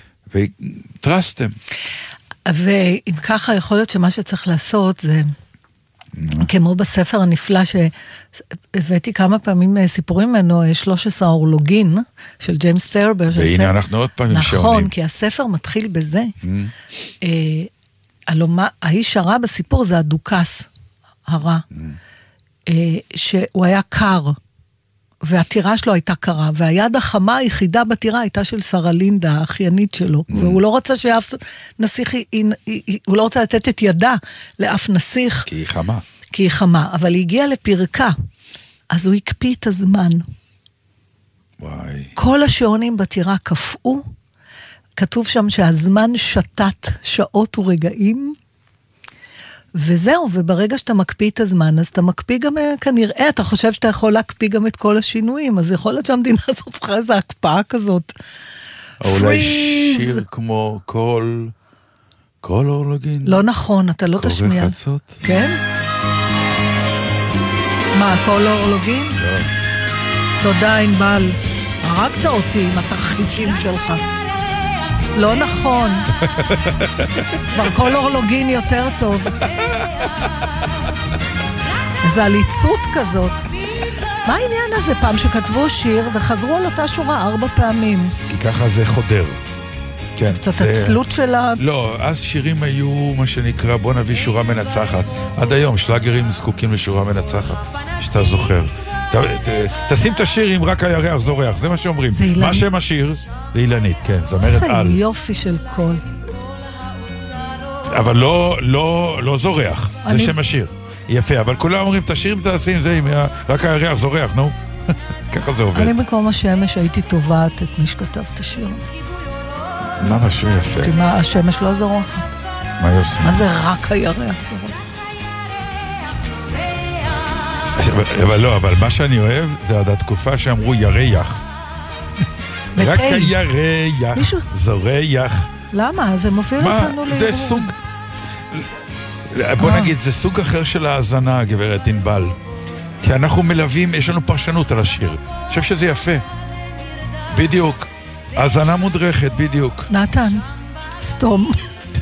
וטרסתם. ואם ככה, יכול להיות שמה שצריך לעשות זה, כמו בספר הנפלא שהבאתי כמה פעמים סיפורים ממנו, 13 האורלוגין של ג'יימס סרבר. והנה אנחנו עוד פעמים שעונים. נכון, כי הספר מתחיל בזה. האיש הרע בסיפור זה הדוקס. הרע, שהוא היה קר, והטירה שלו הייתה קרה, והיד החמה היחידה בטירה הייתה של שרה לינדה, האחיינית שלו, והוא לא רצה שאף נסיך, הוא לא רצה לתת את ידה לאף נסיך. כי היא חמה. כי היא חמה, אבל היא הגיעה לפרקה, אז הוא הקפיא את הזמן. וואי. כל השעונים בטירה קפאו, כתוב שם שהזמן שתת שעות ורגעים, וזהו, וברגע שאתה מקפיא את הזמן, אז אתה מקפיא גם, כנראה, אתה חושב שאתה יכול להקפיא גם את כל השינויים, אז יכול להיות שהמדינה הזאת צריכה איזו הקפאה כזאת. או אולי שיר כמו כל אורלוגין. לא נכון, אתה לא תשמיע. קורא חצות. כן? מה, כל אורלוגין? לא. תודה, ענבל. הרגת אותי עם התרחישים שלך. לא נכון. כבר כל אורלוגין יותר טוב. איזו עליצות כזאת. מה העניין הזה פעם שכתבו שיר וחזרו על אותה שורה 4 פעמים? כי ככה זה חודר. זה קצת עצלות שלה. לא, אז שירים היו מה שנקרא בוא נביא שורה מנצחת. עד היום שלאגרים זקוקים לשורה מנצחת, שאתה זוכר. תשים את השיר עם רק הירח זורח, זה מה שאומרים. מה שם השיר? זה אילנית, כן, זמרת על. זה יופי של קול. אבל לא זורח, זה שם השיר. יפה, אבל כולם אומרים, תשיר אם תשים זה עם רק הירח זורח, נו. ככה זה עובד. אני במקום השמש הייתי טובעת את מי שכתב את השיר הזה. למה שיר יפה? כי מה, השמש לא זורחת. מה יוסי? מה זה רק הירח זורח? אבל מה שאני אוהב זה עד התקופה שאמרו ירח. רק הירח זורח. למה? זה מוביל אותנו לי. זה סוג... בוא נגיד, זה סוג אחר של האזנה, גברת ענבל. כי אנחנו מלווים, יש לנו פרשנות על השיר. אני חושב שזה יפה. בדיוק. האזנה מודרכת, בדיוק. נתן, סתום.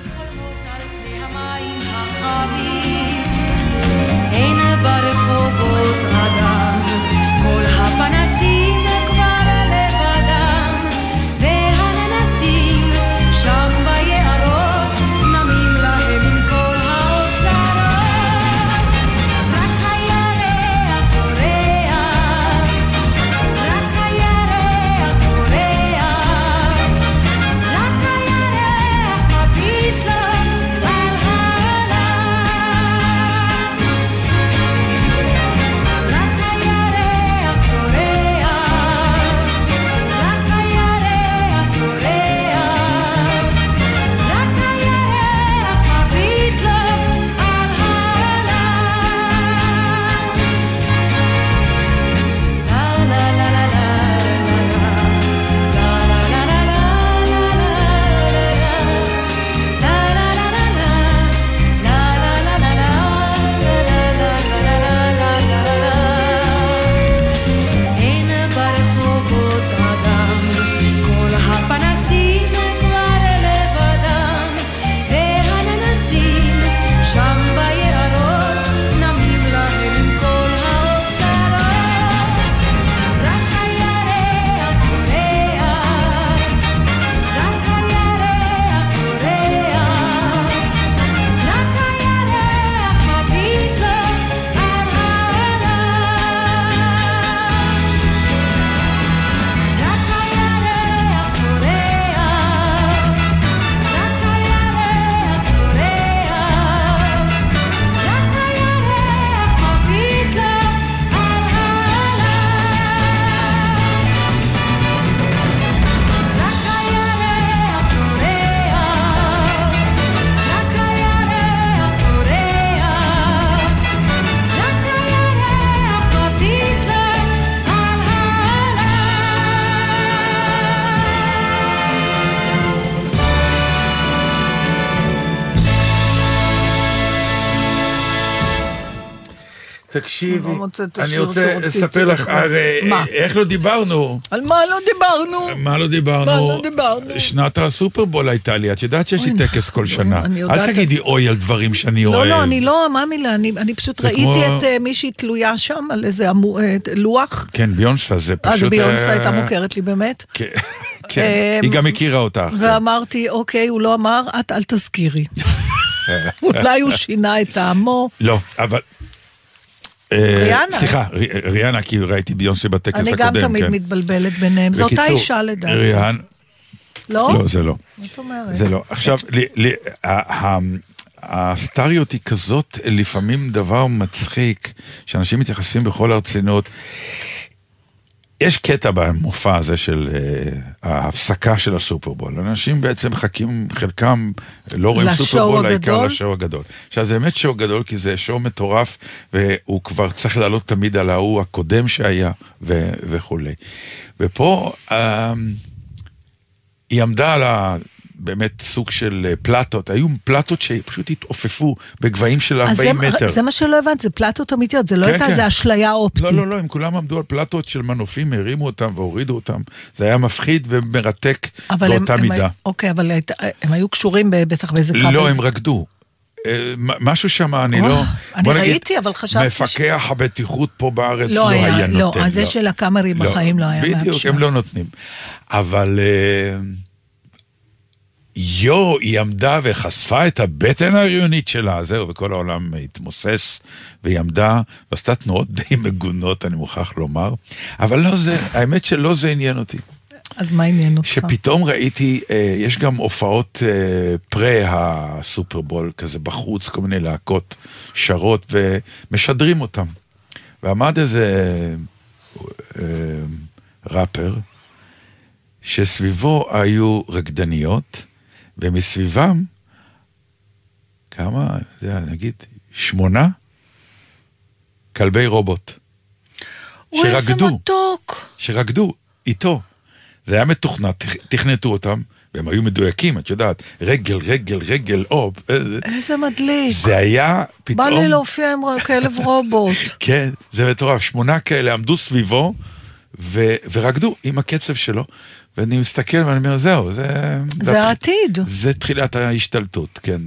תקשיבי, אני רוצה לספר לך, איך לא דיברנו? על מה לא דיברנו? מה לא דיברנו? שנת הסופרבול הייתה לי, את יודעת שיש לי טקס כל שנה. אל תגידי אוי על דברים שאני אוהב. לא, אני לא, מה מילה, אני פשוט ראיתי את מישהי תלויה שם על איזה לוח. כן, ביונסה, זה פשוט... אז ביונסה הייתה מוכרת לי באמת. כן, היא גם הכירה אותך. ואמרתי, אוקיי, הוא לא אמר, את אל תזכירי. אולי הוא שינה את טעמו. לא, אבל... סליחה, ריאנה, כי ראיתי ביונסה בטקס הקודם. אני גם תמיד מתבלבלת ביניהם, זו אותה אישה לדעתי. ריאן... לא? לא, זה לא. זאת אומרת. זה לא. עכשיו, הסטריות היא כזאת לפעמים דבר מצחיק, שאנשים מתייחסים בכל הרצינות. יש קטע במופע הזה של ההפסקה של הסופרבול. אנשים בעצם מחכים, חלקם לא רואים סופרבול, העיקר לשואו הגדול. עכשיו זה באמת שואו גדול, כי זה שואו מטורף, והוא כבר צריך לעלות תמיד על ההוא הקודם שהיה, וכו'. ופה היא עמדה על באמת סוג של פלטות, היו פלטות שפשוט התעופפו בגבהים של 40 מטר. זה מה שלא הבנת, זה פלטות אמיתיות, זה לא הייתה איזה אשליה אופטית. לא, הם כולם עמדו על פלטות של מנופים, הרימו אותם והורידו אותם, זה היה מפחיד ומרתק באותה מידה. אוקיי, אבל הם היו קשורים בטח באיזה כבל. לא, הם רקדו. משהו שם, אני לא... אני ראיתי, אבל חשבתי... מפקח הבטיחות פה בארץ לא היה נותן. לא, אז זה של הקאמרי בחיים לא היה מאפשר. בדיוק, הם לא נותנים. אבל... היא עמדה וחשפה את הבטן ההריונית שלה, זהו, וכל העולם התמוסס, והיא עמדה, ועשתה תנועות די מגונות, אני מוכרח לומר, אבל לא זה, האמת שלא זה עניין אותי. אז מה עניין אותך? שפתאום ראיתי, יש גם הופעות פרה הסופרבול, כזה בחוץ, כל מיני להקות שרות, ומשדרים אותם. ועמד איזה ראפר, שסביבו היו רקדניות, ומסביבם, כמה, נגיד, 8 כלבי רובוט. איזה מתוק. שרקדו איתו. זה היה מתוכנת, תכנתו אותם, והם היו מדויקים, את יודעת, רגל, איזה מדליק. זה היה פתאום... בא לי להופיע עם כלב רובוט. כן, זה מטורף. 8 כאלה עמדו סביבו, ורקדו עם הקצב שלו, ואני מסתכל ואני אומר, זהו, זה העתיד. זה תחילת ההשתלטות, כן.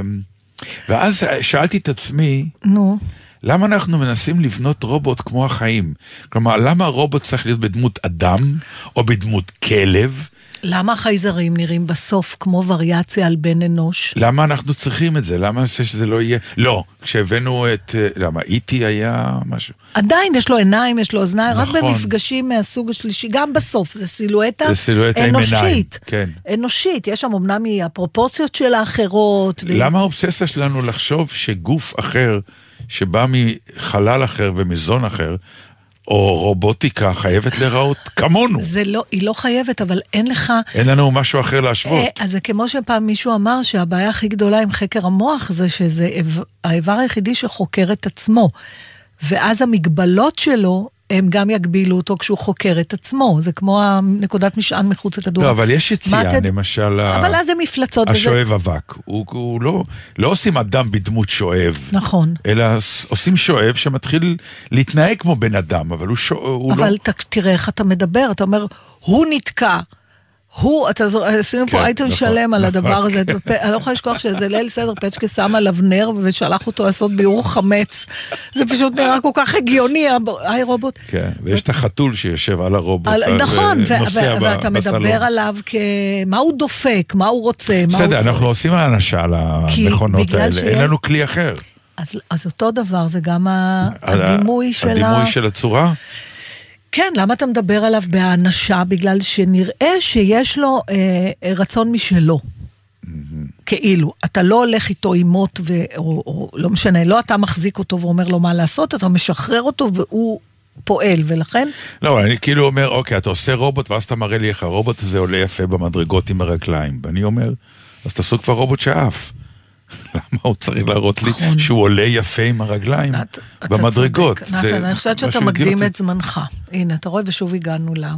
ואז שאלתי את עצמי, למה אנחנו מנסים לבנות רובוט כמו החיים? כלומר, למה הרובוט צריך להיות בדמות אדם, או בדמות כלב? למה החייזרים נראים בסוף כמו וריאציה על בן אנוש? למה אנחנו צריכים את זה? למה שזה לא יהיה? לא, כשהבאנו את... למה? איטי היה משהו? עדיין יש לו עיניים, יש לו אוזניים, רק במפגשים מהסוג השלישי, גם בסוף, זה סילואטה אנושית. כן. אנושית, יש שם אמנם הפרופורציות שלה אחרות. למה האובססיה שלנו לחשוב שגוף אחר, שבא מחלל אחר ומזון אחר, או רובוטיקה חייבת לראות כמונו. היא לא חייבת, אבל אין לך... אין לנו משהו אחר להשוות. אז זה כמו שפעם מישהו אמר שהבעיה הכי גדולה עם חקר המוח, זה שזה האיבר היחידי שחוקר את עצמו. ואז המגבלות שלו, הם גם יגבילו אותו כשהוא חוקר את עצמו. זה כמו נקודת משען מחוץ לכדור. לא, אבל יש יציאה, למשל... אבל אז זה מפלצות. השואב אבק. הוא לא עושים אדם בדמות שואב. נכון. אלא עושים שואב שמתחיל להתנהג כמו בן אדם, אבל הוא לא... אבל תראה איך אתה מדבר, אתה אומר, הוא נתקע. עשינו פה אייטם שלם על הדבר הזה, אני לא יכולה לשכוח שזה ליל סדר פצ'קה שם עליו נר ושלח אותו לעשות ביעור חמץ, זה פשוט נראה כל כך הגיוני, היי רובוט. כן, ויש את החתול שיושב על הרובוט, נכון, ואתה מדבר עליו מה הוא דופק, מה הוא רוצה, בסדר, אנחנו עושים האנשה על המכונות האלה, אין לנו כלי אחר. אז אותו דבר, זה גם הדימוי של הצורה? כן, למה אתה מדבר עליו בהאנשה? בגלל שנראה שיש לו רצון משלו. כאילו, אתה לא הולך איתו עם מוט, או לא משנה, לא אתה מחזיק אותו ואומר לו מה לעשות, אתה משחרר אותו והוא פועל, ולכן... לא, אני כאילו אומר, אוקיי, אתה עושה רובוט, ואז אתה מראה לי איך הרובוט הזה עולה יפה במדרגות עם הרגליים, ואני אומר, אז תעשו כבר רובוט שאף. למה הוא צריך להראות לי שהוא עולה יפה עם הרגליים במדרגות? נתן, אני חושבת שאתה מקדים את זמנך. הנה, אתה רואה ושוב הגענו לה.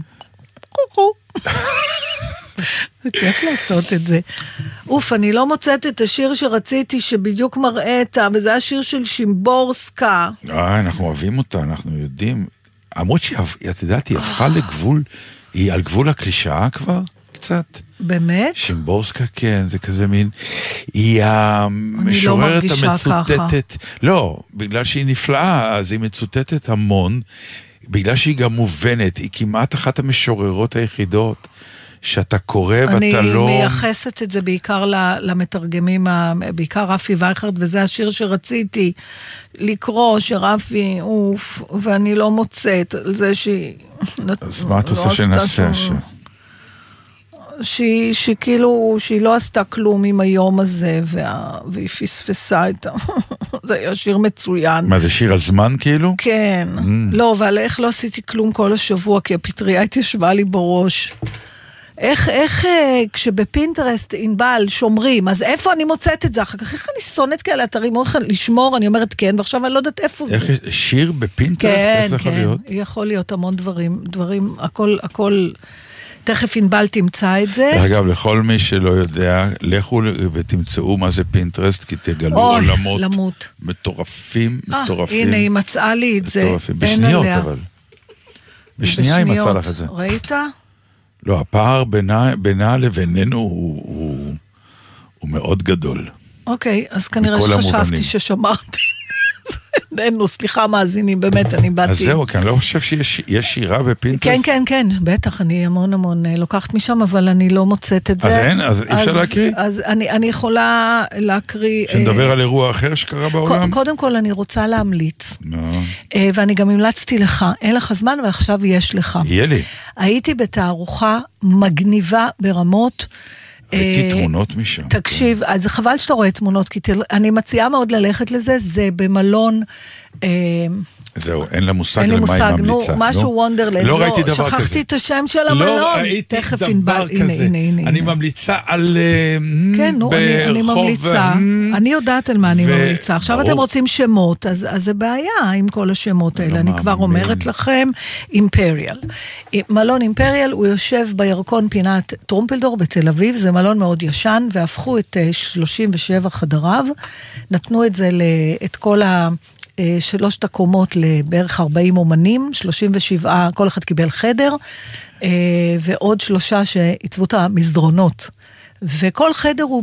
זה כיף לעשות את זה. אוף, אני לא מוצאת את השיר שרציתי שבדיוק מראה וזה השיר של שימבורסקה. אנחנו אוהבים אותה, אנחנו יודעים. אמרות שאת יודעת, היא הפכה לגבול, היא על גבול הקלישאה כבר? קצת. באמת? שימבורסקה, כן, זה כזה מין, היא המשוררת המצוטטת, לא, בגלל שהיא נפלאה, אז היא מצוטטת המון, בגלל שהיא גם מובנת, היא כמעט אחת המשוררות היחידות, שאתה קורא ואתה לא... אני מייחסת את זה בעיקר למתרגמים, בעיקר רפי וייכרד, וזה השיר שרציתי לקרוא, שרפי, אוף, ואני לא מוצאת על זה שהיא... אז מה את עושה שנעשה שם? שכאילו, שהיא לא עשתה כלום עם היום הזה, והיא פספסה את זה היה שיר מצוין. מה, זה שיר על זמן כאילו? כן. לא, אבל איך לא עשיתי כלום כל השבוע, כי הפטריה התיישבה לי בראש. איך כשבפינטרסט אינבל שומרים, אז איפה אני מוצאת את זה? אחר כך איך אני שונאת כאלה אתרים, לשמור, אני אומרת כן, ועכשיו אני לא יודעת איפה זה. שיר בפינטרסט? כן, כן, יכול להיות המון דברים, הכל... תכף ענבל תמצא את זה. אגב, לכל מי שלא יודע, לכו ותמצאו מה זה פינטרסט, כי תגלו עולמות מטורפים. הנה, היא מצאה לי את זה. בשניות, אבל. בשנייה היא מצאה לך את זה. ראית? לא, הפער בינה לבינינו הוא מאוד גדול. אוקיי, אז כנראה שחשבתי ששמרתי. איננו, סליחה מאזינים, באמת, אני באתי. אז זהו, כי אני לא חושב שיש שירה בפינטרסט. כן, בטח, אני המון לוקחת משם, אבל אני לא מוצאת את זה. אז אין, אז אי אפשר להקריא? אז אני יכולה להקריא... שנדבר על אירוע אחר שקרה בעולם? קודם כל, אני רוצה להמליץ. ואני גם המלצתי לך, אין לך זמן, ועכשיו יש לך. יהיה לי. הייתי בתערוכה מגניבה ברמות, ראיתי תמונות משם. תקשיב, אז חבל שאתה רואה תמונות, כי אני מציעה מאוד ללכת לזה, זה במלון... זהו, אין לה מושג למה היא ממליצה. משהו וונדרלנד. לא ראיתי דבר כזה. שכחתי את השם של המלון. לא ראיתי דבר כזה. אני ממליצה על... כן, נו, אני ממליצה. אני יודעת על מה אני ממליצה. עכשיו אתם רוצים שמות, אז זה בעיה עם כל השמות האלה. אני כבר אומרת לכם, אימפריאל. מלון אימפריאל, הוא יושב בירקון פינת טרומפלדור בתל אביב, זה מלון מאוד ישן, והפכו את 37 חדריו, נתנו את זה, את כל שלושת הקומות לבערך 40 אומנים, 37, כל אחד קיבל חדר, ועוד 3 שעיצבו את המסדרונות. וכל חדר הוא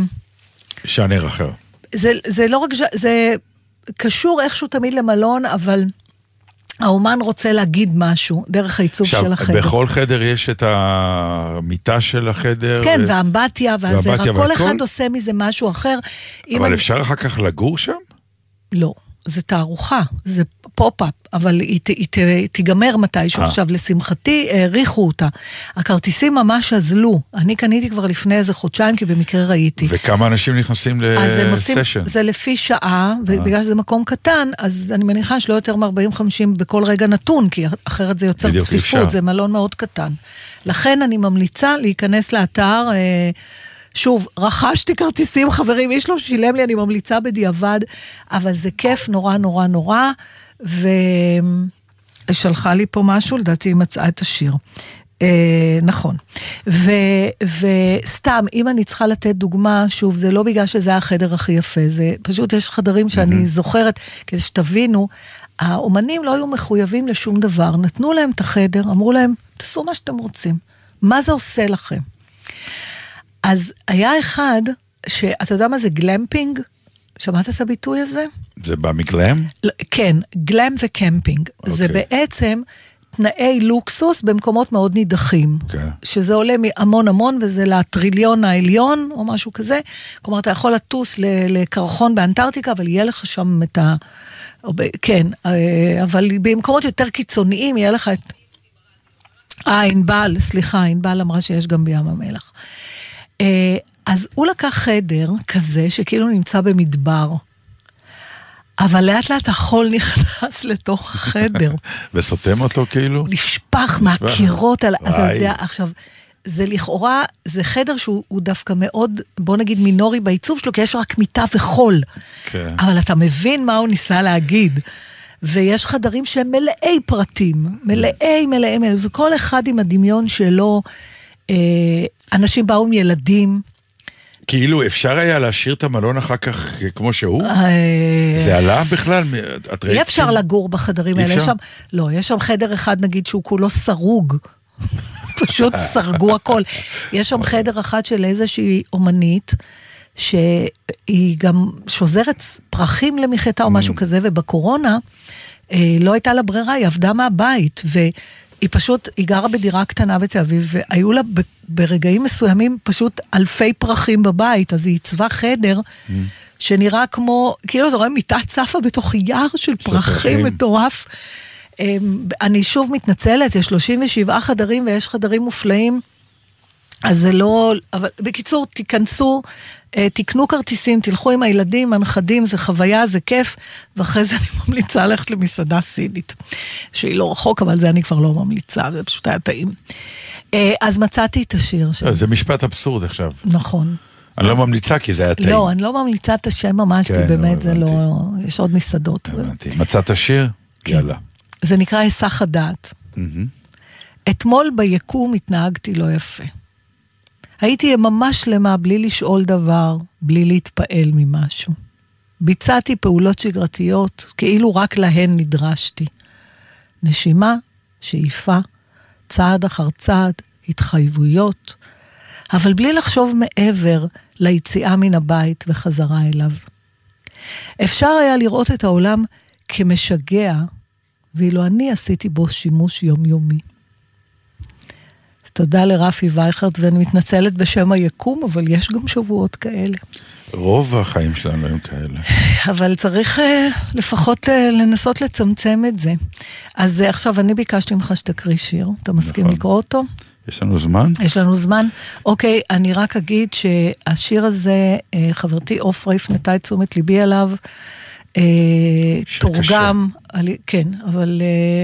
ז'אנר אחר. זה לא רק, זה קשור איכשהו תמיד למלון, אבל האומן רוצה להגיד משהו דרך העיצוב של החדר. בכל חדר יש את המיטה של החדר. כן, והאמבטיה והזרע. כל אחד עושה מזה משהו אחר. אבל אפשר אחר כך לגור שם? לא. זה תערוכה, זה פופ-אפ, אבל היא תיגמר מתישהו. עכשיו, לשמחתי, העריכו אותה. הכרטיסים ממש אזלו. אני קניתי כבר לפני איזה חודשיים, כי במקרה ראיתי. וכמה אנשים נכנסים לסשן? זה לפי שעה, ובגלל שזה מקום קטן, אז אני מניחה שלא יותר מ-40-50 בכל רגע נתון, כי אחרת זה יוצר צפיפות, זה מלון מאוד קטן. לכן אני ממליצה להיכנס לאתר... שוב, רכשתי כרטיסים, חברים, איש לא שילם לי, אני ממליצה בדיעבד, אבל זה כיף נורא נורא נורא, ושלחה לי פה משהו, לדעתי היא מצאה את השיר. נכון. וסתם, אם אני צריכה לתת דוגמה, שוב, זה לא בגלל שזה החדר הכי יפה, זה פשוט יש חדרים שאני זוכרת, כדי שתבינו, האומנים לא היו מחויבים לשום דבר, נתנו להם את החדר, אמרו להם, תעשו מה שאתם רוצים, מה זה עושה לכם? אז היה אחד, שאתה יודע מה זה גלמפינג? שמעת את הביטוי הזה? זה בא מגלם? כן, גלם וקמפינג. זה בעצם תנאי לוקסוס במקומות מאוד נידחים. שזה עולה מהמון המון, וזה לטריליון העליון, או משהו כזה. כלומר, אתה יכול לטוס לקרחון באנטארקטיקה, אבל יהיה לך שם את ה... כן, אבל במקומות יותר קיצוניים, יהיה לך את... ענבל, סליחה, ענבל אמרה שיש גם בים המלח. אז הוא לקח חדר כזה שכאילו נמצא במדבר, אבל לאט לאט החול נכנס לתוך החדר. וסותם אותו כאילו? נשפך מהקירות, אתה יודע, עכשיו, זה לכאורה, זה חדר שהוא דווקא מאוד, בוא נגיד מינורי בעיצוב שלו, כי יש רק מיטה וחול. אבל אתה מבין מה הוא ניסה להגיד. ויש חדרים שהם מלאי פרטים, מלאי, זה כל אחד עם הדמיון שלו, אנשים באו עם ילדים. כאילו אפשר היה להשאיר את המלון אחר כך כמו שהוא? זה עלה בכלל? אי אפשר לגור בחדרים האלה. לא, יש שם חדר אחד נגיד שהוא כולו סרוג. פשוט סרגו הכל. יש שם חדר אחד של איזושהי אומנית, שהיא גם שוזרת פרחים למחייתה או משהו כזה, ובקורונה לא הייתה לה ברירה, היא עבדה מהבית, והיא פשוט, היא גרה בדירה קטנה בתל אביב, והיו לה ברגעים מסוימים פשוט אלפי פרחים בבית, אז היא עיצבה חדר, שנראה כמו, כאילו אתה רואה מיטה צפה בתוך יער של פרחים מטורף. אני שוב מתנצלת, יש 37 חדרים ויש חדרים מופלאים, אז זה לא, אבל בקיצור, תיכנסו, תקנו כרטיסים, תלכו עם הילדים, הנכדים, זה חוויה, זה כיף, ואחרי זה אני ממליצה ללכת למסעדה סינית, שהיא לא רחוק, אבל זה אני כבר לא ממליצה, זה פשוט היה טעים. אז מצאתי את השיר. זה משפט אבסורד עכשיו. נכון. אני לא ממליצה כי זה היה טעים. לא, אני לא ממליצה את השם ממש, כי באמת זה לא, יש עוד מסעדות. מצאת השיר? יאללה. זה נקרא היסח הדעת. אתמול ביקום התנהגתי לא יפה. הייתי ממש שלמה בלי לשאול דבר, בלי להתפעל ממשהו. ביצעתי פעולות שגרתיות, כאילו רק להן נדרשתי. נשימה, שאיפה, צעד אחר צעד, התחייבויות, אבל בלי לחשוב מעבר ליציאה מן הבית וחזרה אליו. אפשר היה לראות את העולם כמשגע, ואילו אני עשיתי בו שימוש יומיומי. תודה לרפי וייכרט, ואני מתנצלת בשם היקום, אבל יש גם שבועות כאלה. רוב החיים שלנו הם כאלה. אבל צריך לפחות לנסות לצמצם את זה. אז עכשיו אני ביקשתי ממך שתקריא שיר, אתה מסכים לקרוא אותו? יש לנו זמן? יש לנו זמן. אוקיי, אני רק אגיד שהשיר הזה, חברתי עופרה הפנתה את תשומת ליבי עליו, תורגם, כן, אבל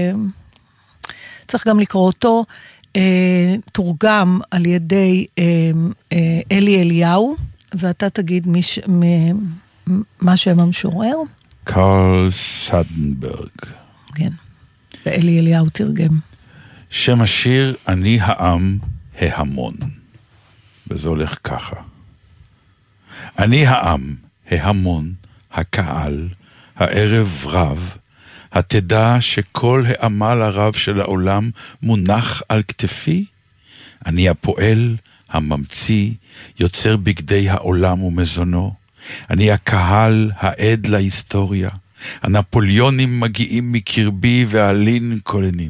צריך גם לקרוא אותו, תורגם על ידי אלי אליהו, ואתה תגיד מה שם המשורר? קרל סדנברג. כן, ואלי אליהו תרגם. שם השיר, אני העם ההמון. וזה הולך ככה. אני העם ההמון, הקהל, הערב רב, התדע שכל העמל הרב של העולם מונח על כתפי? אני הפועל, הממציא, יוצר בגדי העולם ומזונו. אני הקהל, העד להיסטוריה. הנפוליונים מגיעים מקרבי והלינקולנים.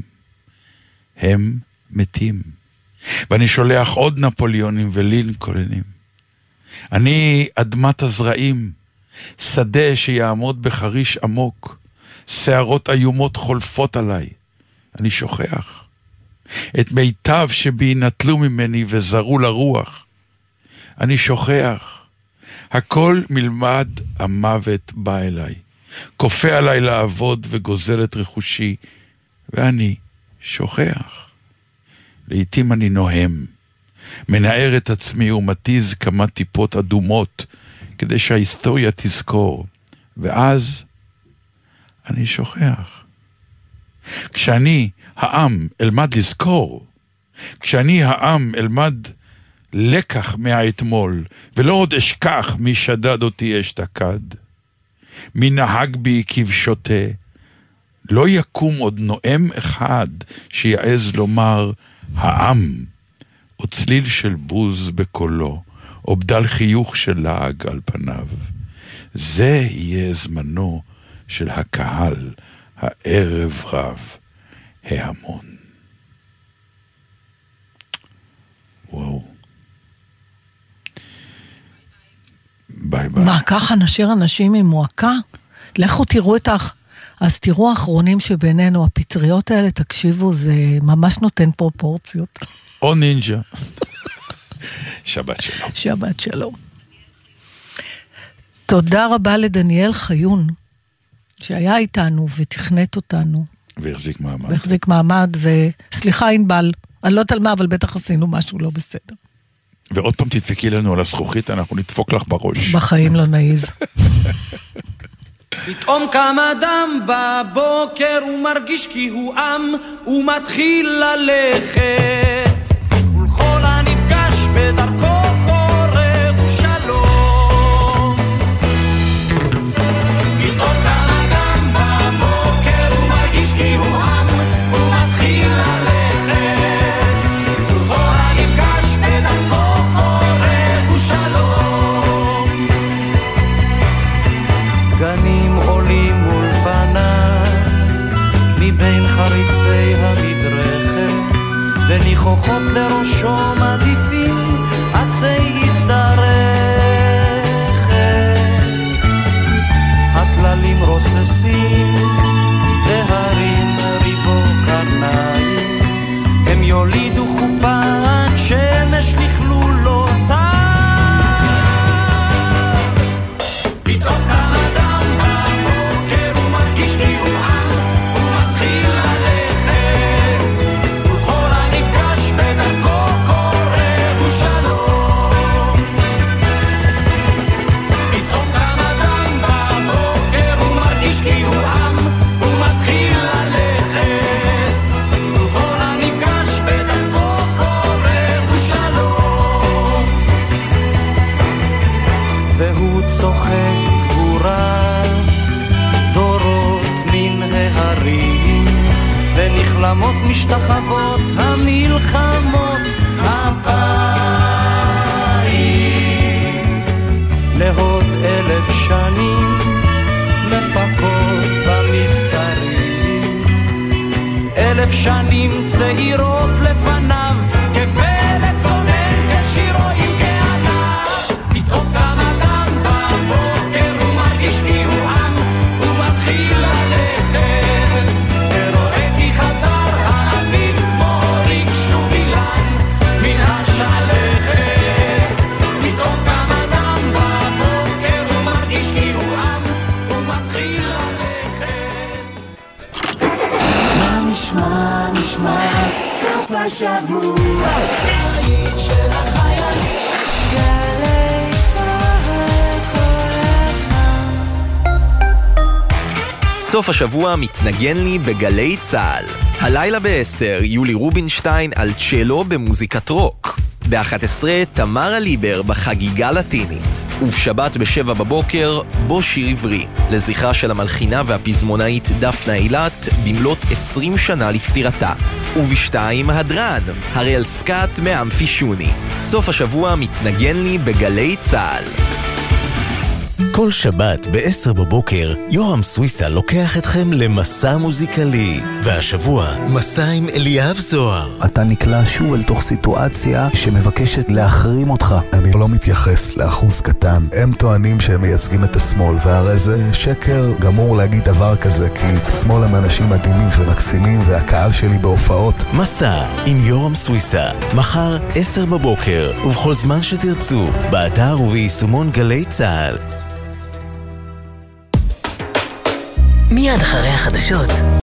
הם מתים. ואני שולח עוד נפוליונים ולינקולנים. אני אדמת הזרעים, שדה שיעמוד בחריש עמוק, שערות איומות חולפות עליי. אני שוכח. את מיטב שבי נטלו ממני וזרו לרוח. אני שוכח. הכל מלמד המוות בא אליי. כופה עליי לעבוד וגוזל את רכושי, ואני שוכח. לעתים אני נוהם, מנער את עצמי ומתיז כמה טיפות אדומות, כדי שההיסטוריה תזכור, ואז אני שוכח. כשאני, העם, אלמד לזכור, כשאני, העם, אלמד לקח מהאתמול, ולא עוד אשכח מי שדד אותי אשתקד, מי נהג בי כבשוטה, לא יקום עוד נואם אחד שיעז לומר העם, או צליל של בוז בקולו, או בדל חיוך של לעג על פניו. זה יהיה זמנו של הקהל, הערב רב, ההמון. וואו. ביי ביי. מה, ככה נשאיר אנשים עם מועקה? לכו תראו את אז תראו האחרונים שבינינו, הפטריות האלה, תקשיבו, זה ממש נותן פרופורציות. או נינג'ה. שבת שלום. שבת שלום. תודה רבה לדניאל חיון, שהיה איתנו ותכנת אותנו. והחזיק מעמד. והחזיק מעמד, וסליחה ענבל, אני לא יודעת על מה, אבל בטח עשינו משהו לא בסדר. ועוד פעם תדפקי לנו על הזכוכית, אנחנו נדפוק לך בראש. בחיים לא נעיז. פתאום קם אדם בבוקר ומרגיש כי הוא עם ומתחיל ללכת ולכל הנפגש בדרכו קורא ושלום. פתאום קם אדם בבוקר ומרגיש כי הוא עם ומתחיל ללכת ולכל הנפגש בדרכו קורא ושלום. גנים עולים מול פניו מבין חריצי המדרכת וניחוחות לראשו מדיפים עצי הזדרכת. הכללים רוססים והרים ריבו קרניים הם יולידו חופת שמש לכלולותיו. פתאום קם אדם בבוקר ומרגיש כי הוא עם ומתחיל ללכת ולכל הנפגש בדרכו קורא ושלום. עולמות משתחוות, המלחמות הבאים לעוד 1000 שנים מפקות במסתרים, 1000 שנים צעירות לפניו, כפלט צונן כשירו עם כענב. פתאום קם אדם בבוקר, הוא מרגיש כי הוא עם, הוא מתחיל ללכת, ורואה כי חזר האביב כמו ריק שוב אילן מן השלכת. פתאום קם אדם בבוקר, הוא מרגיש כי הוא עם, הוא מתחיל ללכת. מה נשמע סוף השבוע, היית של החיילים, גלי צהל כל הזמן. סוף השבוע מתנגן לי בגלי צהל. הלילה ב-10 יולי רובינשטיין על צ'לו במוזיקת רוק. ב-11 תמרה ליבר בחגיגה לטינית. ובשבת ב-7 בבוקר בו שיר עברי, לזכרה של המלחינה והפזמונאית דפנה אילת במלאת 20 שנה לפטירתה. וב-2 הדרן, הראל סקאט מאמפי שוני. סוף השבוע מתנגן לי בגלי צהל. כל שבת ב-10 בבוקר יורם סוויסה לוקח אתכם למסע מוזיקלי, והשבוע מסע עם אליאב זוהר. אתה נקלע שוב אל תוך סיטואציה שמבקשת להחרים אותך. אני לא מתייחס לאחוז קטן. הם טוענים שהם מייצגים את השמאל, והרי זה שקר גמור להגיד דבר כזה, כי השמאל הם אנשים מדהימים ומקסימים, והקהל שלי בהופעות. מסע עם יורם סוויסה, מחר 10 בבוקר ובכל זמן שתרצו, באתר וביישומון גלי צהל. מיד אחרי החדשות